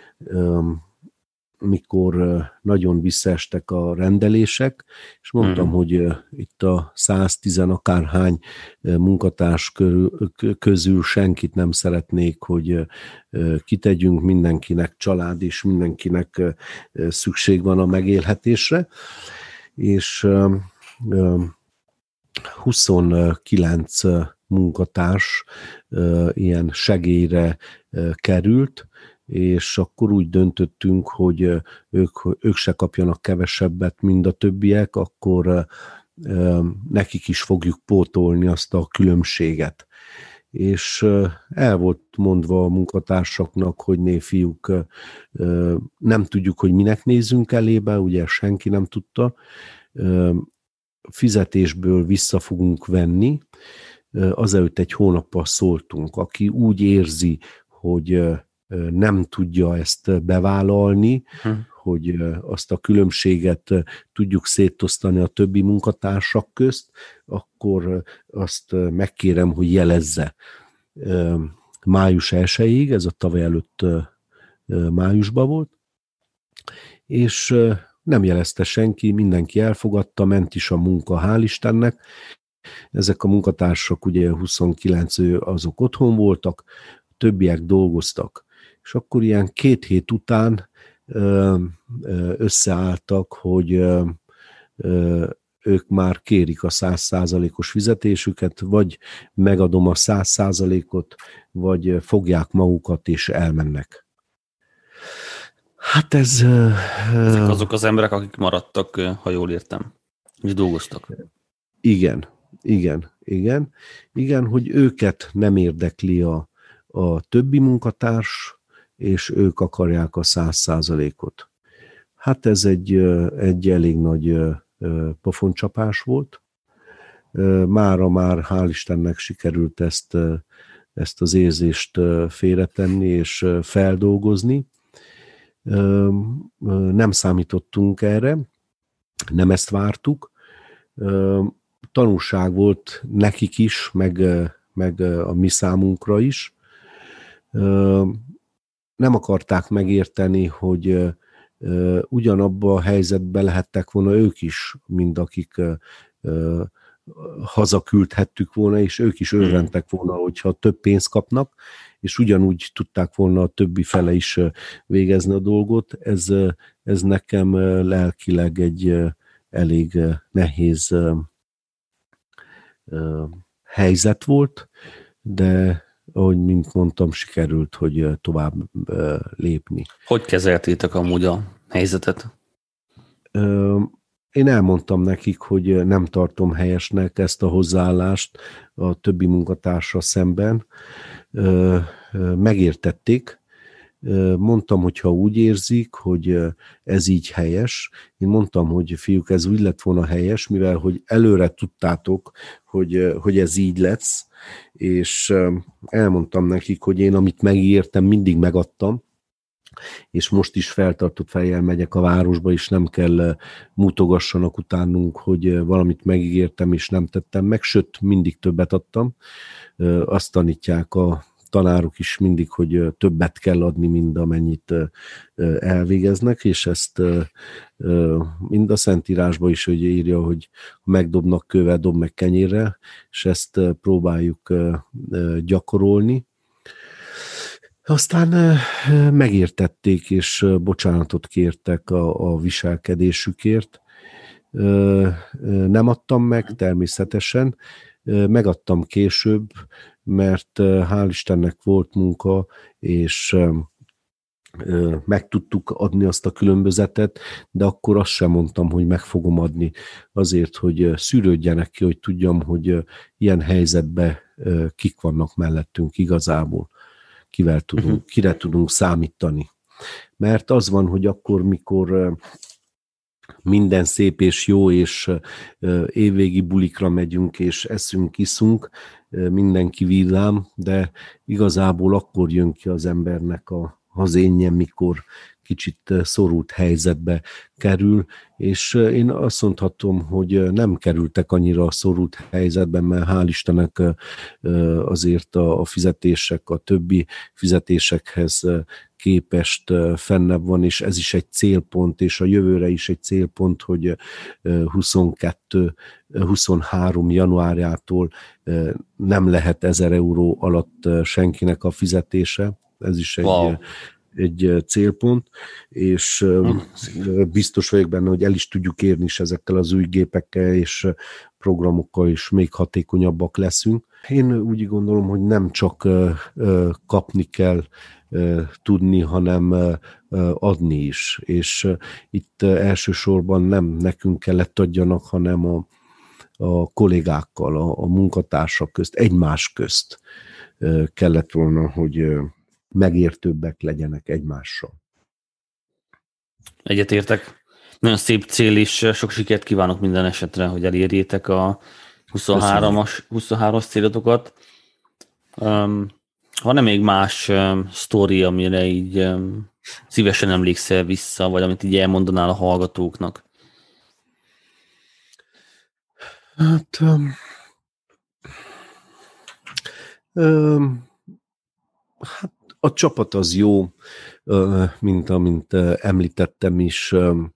mikor nagyon visszaestek a rendelések, és mondtam, mm. hogy itt a száztíz akárhány munkatárs közül senkit nem szeretnék, hogy kitegyünk, mindenkinek család, és mindenkinek szükség van a megélhetésre, és huszonkilenc munkatárs ilyen segélyre került, és akkor úgy döntöttünk, hogy ők, ők se kapjanak kevesebbet, mint a többiek, akkor nekik is fogjuk pótolni azt a különbséget. És el volt mondva a munkatársaknak, hogy né fiúk, nem tudjuk, hogy minek nézzünk elébe, ugye senki nem tudta, fizetésből vissza fogunk venni, azelőtt egy hónappal szóltunk, aki úgy érzi, hogy nem tudja ezt bevállalni, hm. hogy azt a különbséget tudjuk szétosztani a többi munkatársak közt, akkor azt megkérem, hogy jelezze május elsejéig, ez a tavaly előtt májusban volt, és nem jelezte senki, mindenki elfogadta, ment is a munka, hál' Istennek. Ezek a munkatársak, ugye huszonkilenc, azok otthon voltak, többiek dolgoztak. És akkor ilyen két hét után összeálltak, hogy ők már kérik a száz százalékos fizetésüket, vagy megadom a száz százalékot, vagy fogják magukat és elmennek. Hát ez... Ezek azok az emberek, akik maradtak, ha jól értem, és dolgoztak. Igen, igen, igen. Igen, hogy őket nem érdekli a, a többi munkatárs, és ők akarják a száz százalékot. Hát ez egy, egy elég nagy pofoncsapás volt. Mára már hál' Istennek sikerült ezt, ezt az érzést félretenni és feldolgozni. Nem számítottunk erre, nem ezt vártuk. Tanulság volt nekik is, meg, meg a mi számunkra is. Nem akarták megérteni, hogy ugyanabba a helyzetbe lehettek volna ők is, mint akik hazaküldhettük volna, és ők is örventek volna, hogyha több pénzt kapnak, és ugyanúgy tudták volna a többi fele is végezni a dolgot. Ez, ez nekem lelkileg egy elég nehéz helyzet volt, de ahogy mint mondtam, sikerült, hogy tovább lépni. Hogy kezeltétek amúgy a helyzetet? Én elmondtam nekik, hogy nem tartom helyesnek ezt a hozzáállást a többi munkatársal szemben. Megértették. Mondtam, hogy ha úgy érzik, hogy ez így helyes, én mondtam, hogy fiúk, ez úgy lett volna helyes, mivel hogy előre tudtátok, hogy, hogy ez így lesz, és elmondtam nekik, hogy én amit megígértem, mindig megadtam, és most is feltartott fejjel megyek a városba, és nem kell mutogassanak utánunk, hogy valamit megígértem, és nem tettem meg, sőt, mindig többet adtam. Azt tanítják a tanárok is mindig, hogy többet kell adni, mint amennyit elvégeznek, és ezt mind a Szentírásban is, hogy írja, hogy ha megdobnak kővel, dob meg kenyérrel, és ezt próbáljuk gyakorolni. Aztán megértették, és bocsánatot kértek a, a viselkedésükért. Nem adtam meg, természetesen. Megadtam később, mert hál' Istennek volt munka, és meg tudtuk adni azt a különbözetet, de akkor azt sem mondtam, hogy meg fogom adni azért, hogy szűrődjenek ki, hogy tudjam, hogy ilyen helyzetben kik vannak mellettünk igazából, kivel tudunk, kire tudunk számítani. Mert az van, hogy akkor, mikor minden szép és jó, és évvégi bulikra megyünk, és eszünk, iszunk, mindenki vidám, de igazából akkor jön ki az embernek a, az énje, mikor kicsit szorult helyzetbe kerül, és én azt mondhatom, hogy nem kerültek annyira a szorult helyzetben, mert hál' Istennek azért a fizetések, a többi fizetésekhez képest fennebb van, és ez is egy célpont, és a jövőre is egy célpont, hogy huszonkettő huszonhárom januárjától nem lehet ezer euró alatt senkinek a fizetése. Ez is egy, wow. egy célpont, és hmm. biztos vagyok benne, hogy el is tudjuk érni is ezekkel az új gépekkel és programokkal, és még hatékonyabbak leszünk. Én úgy gondolom, hogy nem csak kapni kell tudni, hanem adni is. És itt elsősorban nem nekünk kellett adjanak, hanem a, a kollégákkal, a, a munkatársak közt, egymás közt kellett volna, hogy megértőbbek legyenek egymással. Egyetértek. Nagyon szép cél, és sok sikert kívánok minden esetre, hogy elérjétek a huszonhármas, huszonhármas célotokat. Um, van-e még más um, sztori, amire így um, szívesen emlékszel vissza, vagy amit így elmondanál a hallgatóknak? Hát... Um, um, hát a csapat az jó, mint amint említettem is,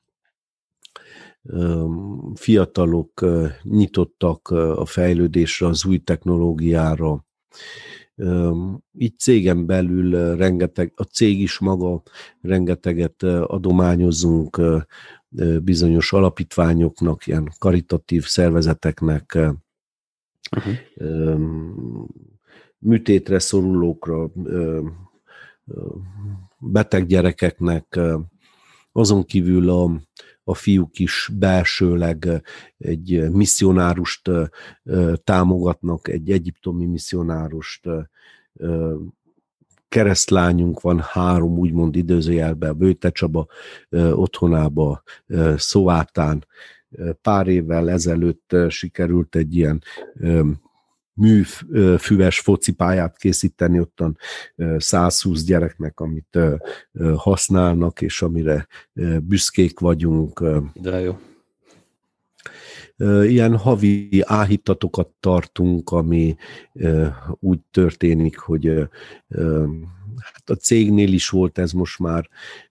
fiatalok nyitottak a fejlődésre, az új technológiára. Így cégen belül rengeteg, a cég is maga rengeteget adományozunk bizonyos alapítványoknak, ilyen karitatív szervezeteknek, uh-huh. műtétre szorulókra, beteg gyerekeknek, azon kívül a, a fiúk is belsőleg egy misszionárust támogatnak, egy egyiptomi misszionárust, keresztlányunk van három, úgymond idézőjelben, Bőte Csaba otthonába, Szovátán. Pár évvel ezelőtt sikerült egy ilyen műfüves focipályát készíteni ottan százhúsz gyereknek, amit használnak, és amire büszkék vagyunk. De jó. Ilyen havi áhítatokat tartunk, ami úgy történik, hogy hát a cégnél is volt ez most már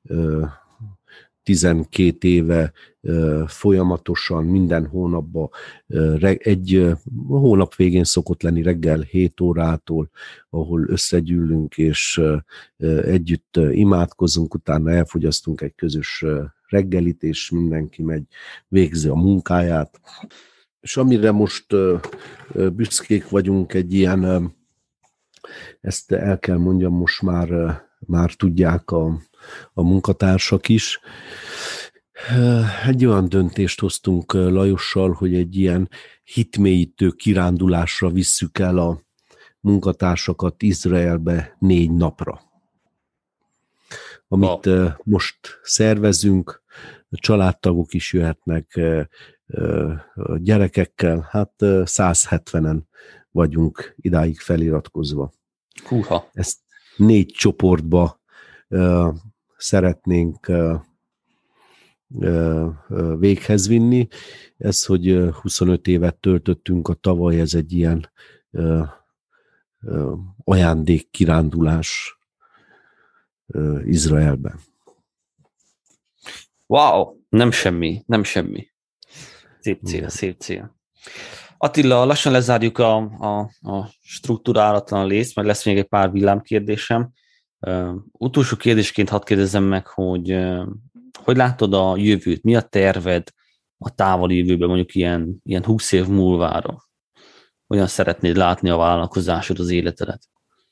tizenkét éve folyamatosan minden hónapban, egy hónap végén szokott lenni reggel hét órától, ahol összegyűlünk és együtt imádkozunk, utána elfogyasztunk egy közös reggelit, és mindenki megy, végzi a munkáját. És amire most büszkék vagyunk, egy ilyen, ezt el kell mondjam, most már, már tudják a, a munkatársak is. Egy olyan döntést hoztunk Lajossal, hogy egy ilyen hitmélyítő kirándulásra visszük el a munkatársakat Izraelbe négy napra. Amit wow. most szervezünk, a családtagok is jöhetnek a gyerekekkel, hát száz hetvenen vagyunk idáig feliratkozva. Húha. Ezt négy csoportba szeretnénk véghez vinni. Ez, hogy huszonöt évet töltöttünk a tavaly, ez egy ilyen ajándék kirándulás Izraelben. Wow, nem semmi, nem semmi. Szép cél, igen. Szép cél. Attila, lassan lezárjuk a, a, a strukturálatlan részt, mert lesz még egy pár villámkérdésem. Uh, utolsó kérdésként hadd kérdezzem meg, hogy uh, hogy látod a jövőt? Mi a terved a távoli jövőben, mondjuk ilyen, ilyen húsz év múlvára? Hogyan szeretnéd látni a vállalkozásod, az életedet?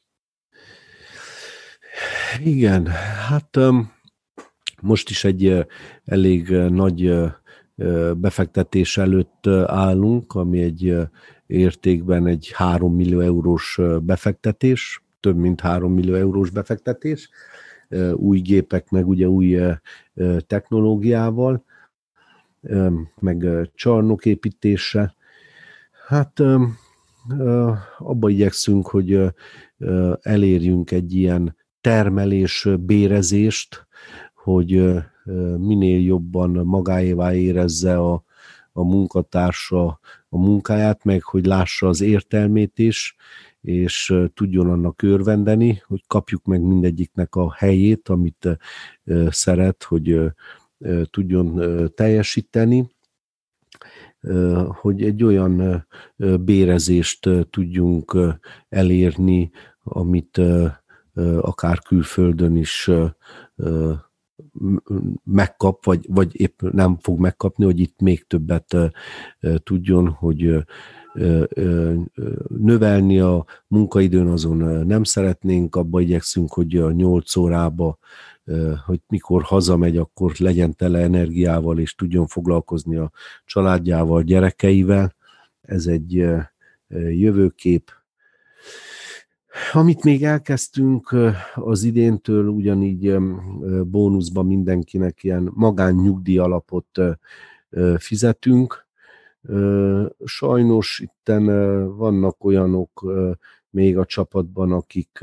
Igen, hát um, most is egy uh, elég uh, nagy uh, befektetés előtt állunk, ami egy értékben egy három millió eurós befektetés, több mint három millió eurós befektetés, új gépek, meg ugye új technológiával, meg csarnoképítése. Hát abba igyekszünk, hogy elérjünk egy ilyen termelés, bérezést, hogy minél jobban magáévá érezze a, a munkatársa a munkáját, meg hogy lássa az értelmét is, és tudjon annak örvendeni, hogy kapjuk meg mindegyiknek a helyét, amit szeret, hogy tudjon teljesíteni, hogy egy olyan bérezést tudjunk elérni, amit akár külföldön is megkap, vagy, vagy épp nem fog megkapni, hogy itt még többet tudjon, hogy növelni a munkaidőn, azon nem szeretnénk, abba igyekszünk, hogy a nyolc órába, hogy mikor hazamegy, akkor legyen tele energiával, és tudjon foglalkozni a családjával, gyerekeivel. Ez egy jövőkép. Amit még elkezdtünk az idéntől, ugyanígy bónuszban mindenkinek ilyen magánnyugdíj alapot fizetünk. Sajnos itten vannak olyanok még a csapatban, akik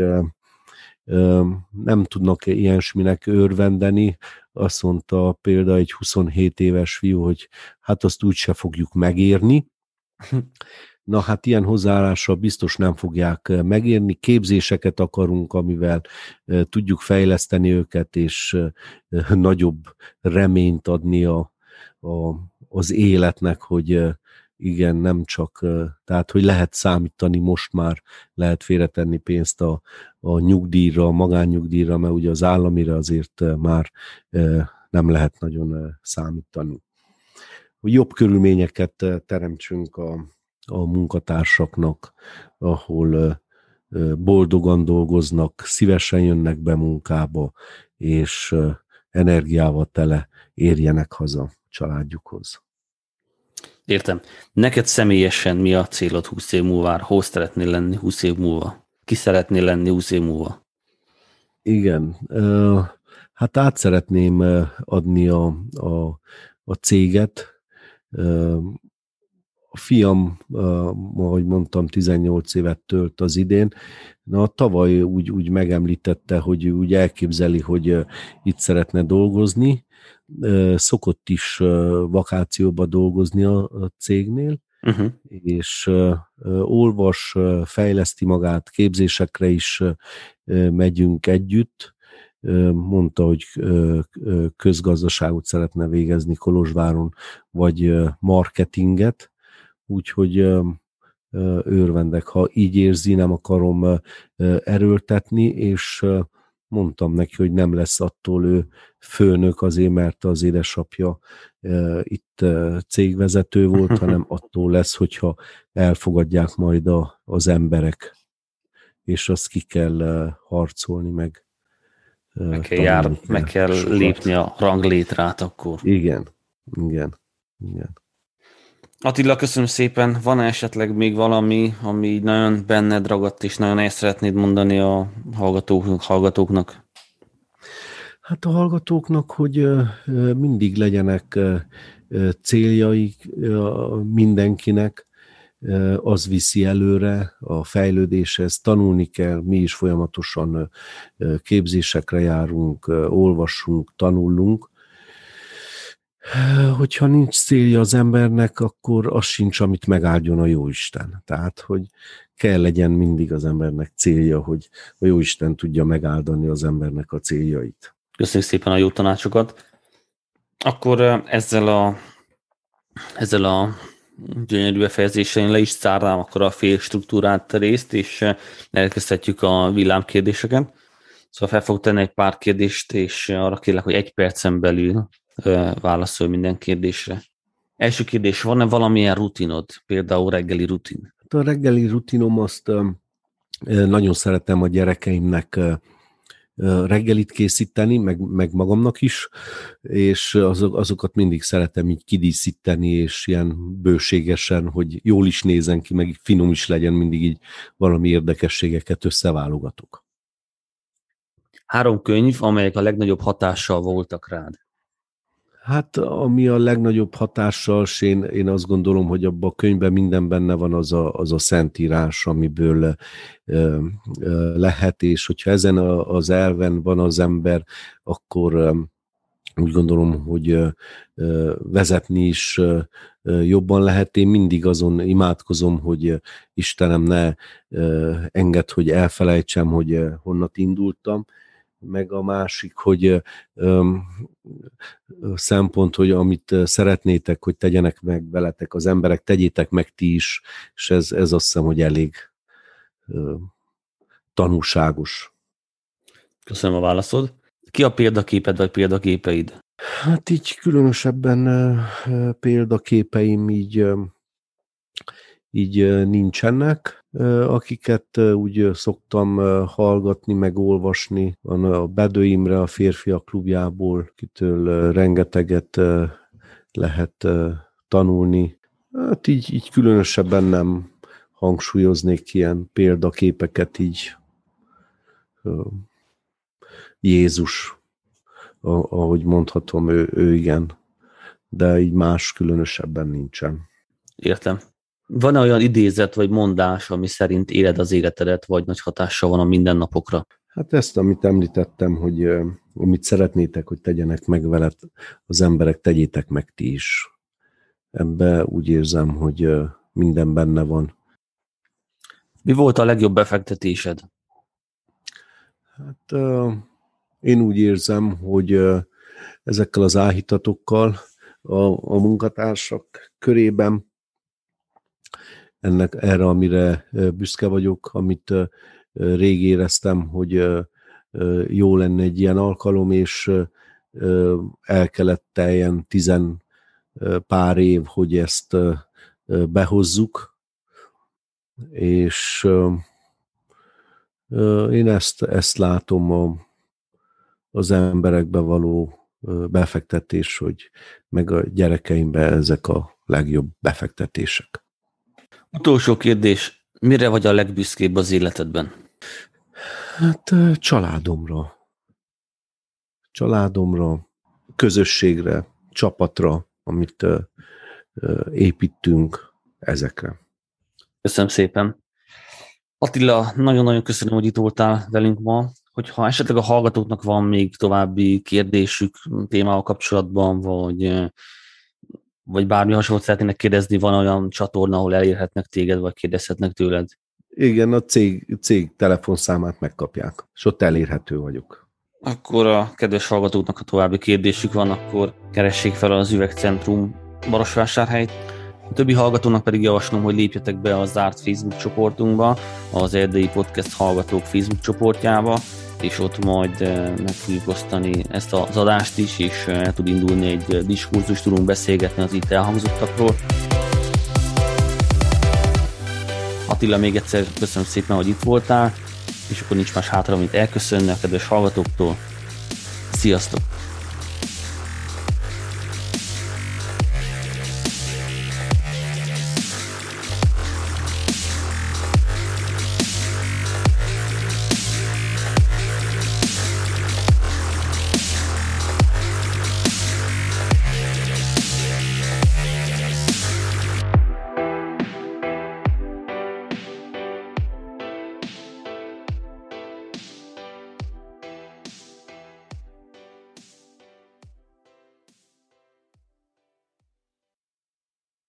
nem tudnak ilyesminek örvendeni. Azt mondta például egy huszonhét éves fiú, hogy hát azt úgyse fogjuk megérni. Na hát ilyen hozzáállással biztos nem fogják megérni. Képzéseket akarunk, amivel tudjuk fejleszteni őket, és nagyobb reményt adni a, a, az életnek, hogy igen, nem csak, tehát hogy lehet számítani, most már lehet félretenni pénzt a, a nyugdíjra, a magánnyugdíjra, mert ugye az államira azért már nem lehet nagyon számítani. Hogy jobb körülményeket teremtsünk a a munkatársaknak, ahol boldogan dolgoznak, szívesen jönnek be munkába, és energiával tele érjenek haza családjukhoz. Értem. Neked személyesen mi a célod húsz év múlva? Hol szeretnél lenni húsz év múlva? Ki szeretnél lenni húsz év múlva? Igen. Hát át szeretném adni a, a, a céget. A fiam, ahogy mondtam, tizennyolc évet tölt az idén. Na, tavaly úgy, úgy megemlítette, hogy úgy elképzeli, hogy itt szeretne dolgozni. Szokott is vakációba dolgozni a, a cégnél, uh-huh. és olvas, fejleszti magát, képzésekre is megyünk együtt. Mondta, hogy közgazdaságot szeretne végezni Kolozsváron, vagy marketinget, úgyhogy örvendek, ha így érzi, nem akarom erőltetni, és mondtam neki, hogy nem lesz attól ő főnök azért, mert az édesapja itt cégvezető volt, hanem attól lesz, hogyha elfogadják majd a, az emberek, és azt ki kell harcolni meg. Meg kell, jár, meg kell lépni a ranglétrát akkor. Igen, igen, igen. Attila, köszönöm szépen. Van esetleg még valami, ami nagyon benned ragadt, és nagyon el szeretnéd mondani a hallgatóknak? hallgatóknak? Hát a hallgatóknak, hogy mindig legyenek céljaik mindenkinek, az viszi előre a fejlődéshez, tanulni kell, mi is folyamatosan képzésekre járunk, olvassunk, tanulunk, Hogyha nincs célja az embernek, akkor az sincs, amit megáldjon a Jóisten. Tehát, hogy kell legyen mindig az embernek célja, hogy a Jóisten tudja megáldani az embernek a céljait. Köszönjük szépen a jó tanácsokat. Akkor ezzel a, ezzel a gyönyörű befejezéssel én le is zárnám akkor a fél struktúrált részt, és elkezdhetjük a villámkérdéseket. Szóval fel fogok tenni egy pár kérdést, és arra kérlek, hogy egy percen belül válaszolj minden kérdésre. Első kérdés, van-e valamilyen rutinod, például reggeli rutin? A reggeli rutinom azt nagyon szeretem a gyerekeimnek reggelit készíteni, meg, meg magamnak is, és azok, azokat mindig szeretem így kidíszíteni, és ilyen bőségesen, hogy jól is nézen ki, meg finom is legyen, mindig így valami érdekességeket összeválogatok. Három könyv, amelyek a legnagyobb hatással voltak rád. Hát, ami a legnagyobb hatással, és én, én azt gondolom, hogy abban a könyvben minden benne van az a, az a szentírás, amiből ö, ö, lehet, és hogyha ezen a, az elven van az ember, akkor ö, úgy gondolom, hogy ö, ö, vezetni is ö, jobban lehet. Én mindig azon imádkozom, hogy Istenem ne ö, engedd, hogy elfelejtsem, hogy ö, honnat indultam, meg a másik, hogy ö, szempont, hogy amit szeretnétek, hogy tegyenek meg veletek az emberek, tegyétek meg ti is, és ez, ez azt hiszem, hogy elég ö, tanúságos. Köszönöm a válaszod. Ki a példaképed, vagy példaképeid? Hát így különösebben ö, példaképeim így, ö, így ö, nincsenek, ö, akiket ö, úgy szoktam ö, hallgatni, meg olvasni. Van a Bedő Imre a Férfiak Klubjából, kitől ö, rengeteget ö, lehet ö, tanulni. Hát így, így különösebben nem hangsúlyoznék ilyen példaképeket, így ö, Jézus, ahogy mondhatom, ő, ő igen, de így más különösebben nincsen. Értem. Van-e olyan idézet vagy mondás, ami szerint éled az életedet, vagy nagy hatással van a mindennapokra? Hát ezt, amit említettem, hogy uh, amit szeretnétek, hogy tegyenek meg veled az emberek, tegyétek meg ti is. Ebben úgy érzem, hogy uh, minden benne van. Mi volt a legjobb befektetésed? Hát uh, én úgy érzem, hogy uh, ezekkel az áhítatokkal a, a munkatársak körében ennek erre, amire büszke vagyok, amit rég éreztem, hogy jó lenne egy ilyen alkalom, és el kellett teljen tizen pár év, hogy ezt behozzuk, és én ezt, ezt látom a, az emberekbe való befektetés, hogy meg a gyerekeimbe ezek a legjobb befektetések. Utolsó kérdés, mire vagy a legbüszkébb az életedben? Hát családomra. Családomra, közösségre, csapatra, amit építünk, ezekre. Köszönöm szépen. Attila, nagyon-nagyon köszönöm, hogy itt voltál velünk ma. Hogyha esetleg a hallgatóknak van még további kérdésük témával kapcsolatban, vagy vagy bármi hasonlót szeretnének kérdezni, van olyan csatorna, ahol elérhetnek téged, vagy kérdezhetnek tőled? Igen, a cég, cég telefonszámát megkapják, és ott elérhető vagyok. Akkor a kedves hallgatóknak, ha további kérdésük van, akkor keressék fel az Üvegcentrum Marosvásárhelyt. A többi hallgatónak pedig javaslom, hogy lépjetek be a zárt Facebook csoportunkba, az Erdélyi Podcast Hallgatók Facebook csoportjába, és ott majd meg fogjuk osztani ezt az adást is, és el tud indulni egy diskurzus, tudunk beszélgetni az itt elhangzottakról. Attila, még egyszer köszönöm szépen, hogy itt voltál, és akkor nincs más hátra, mint elköszönni a kedves hallgatóktól. Sziasztok!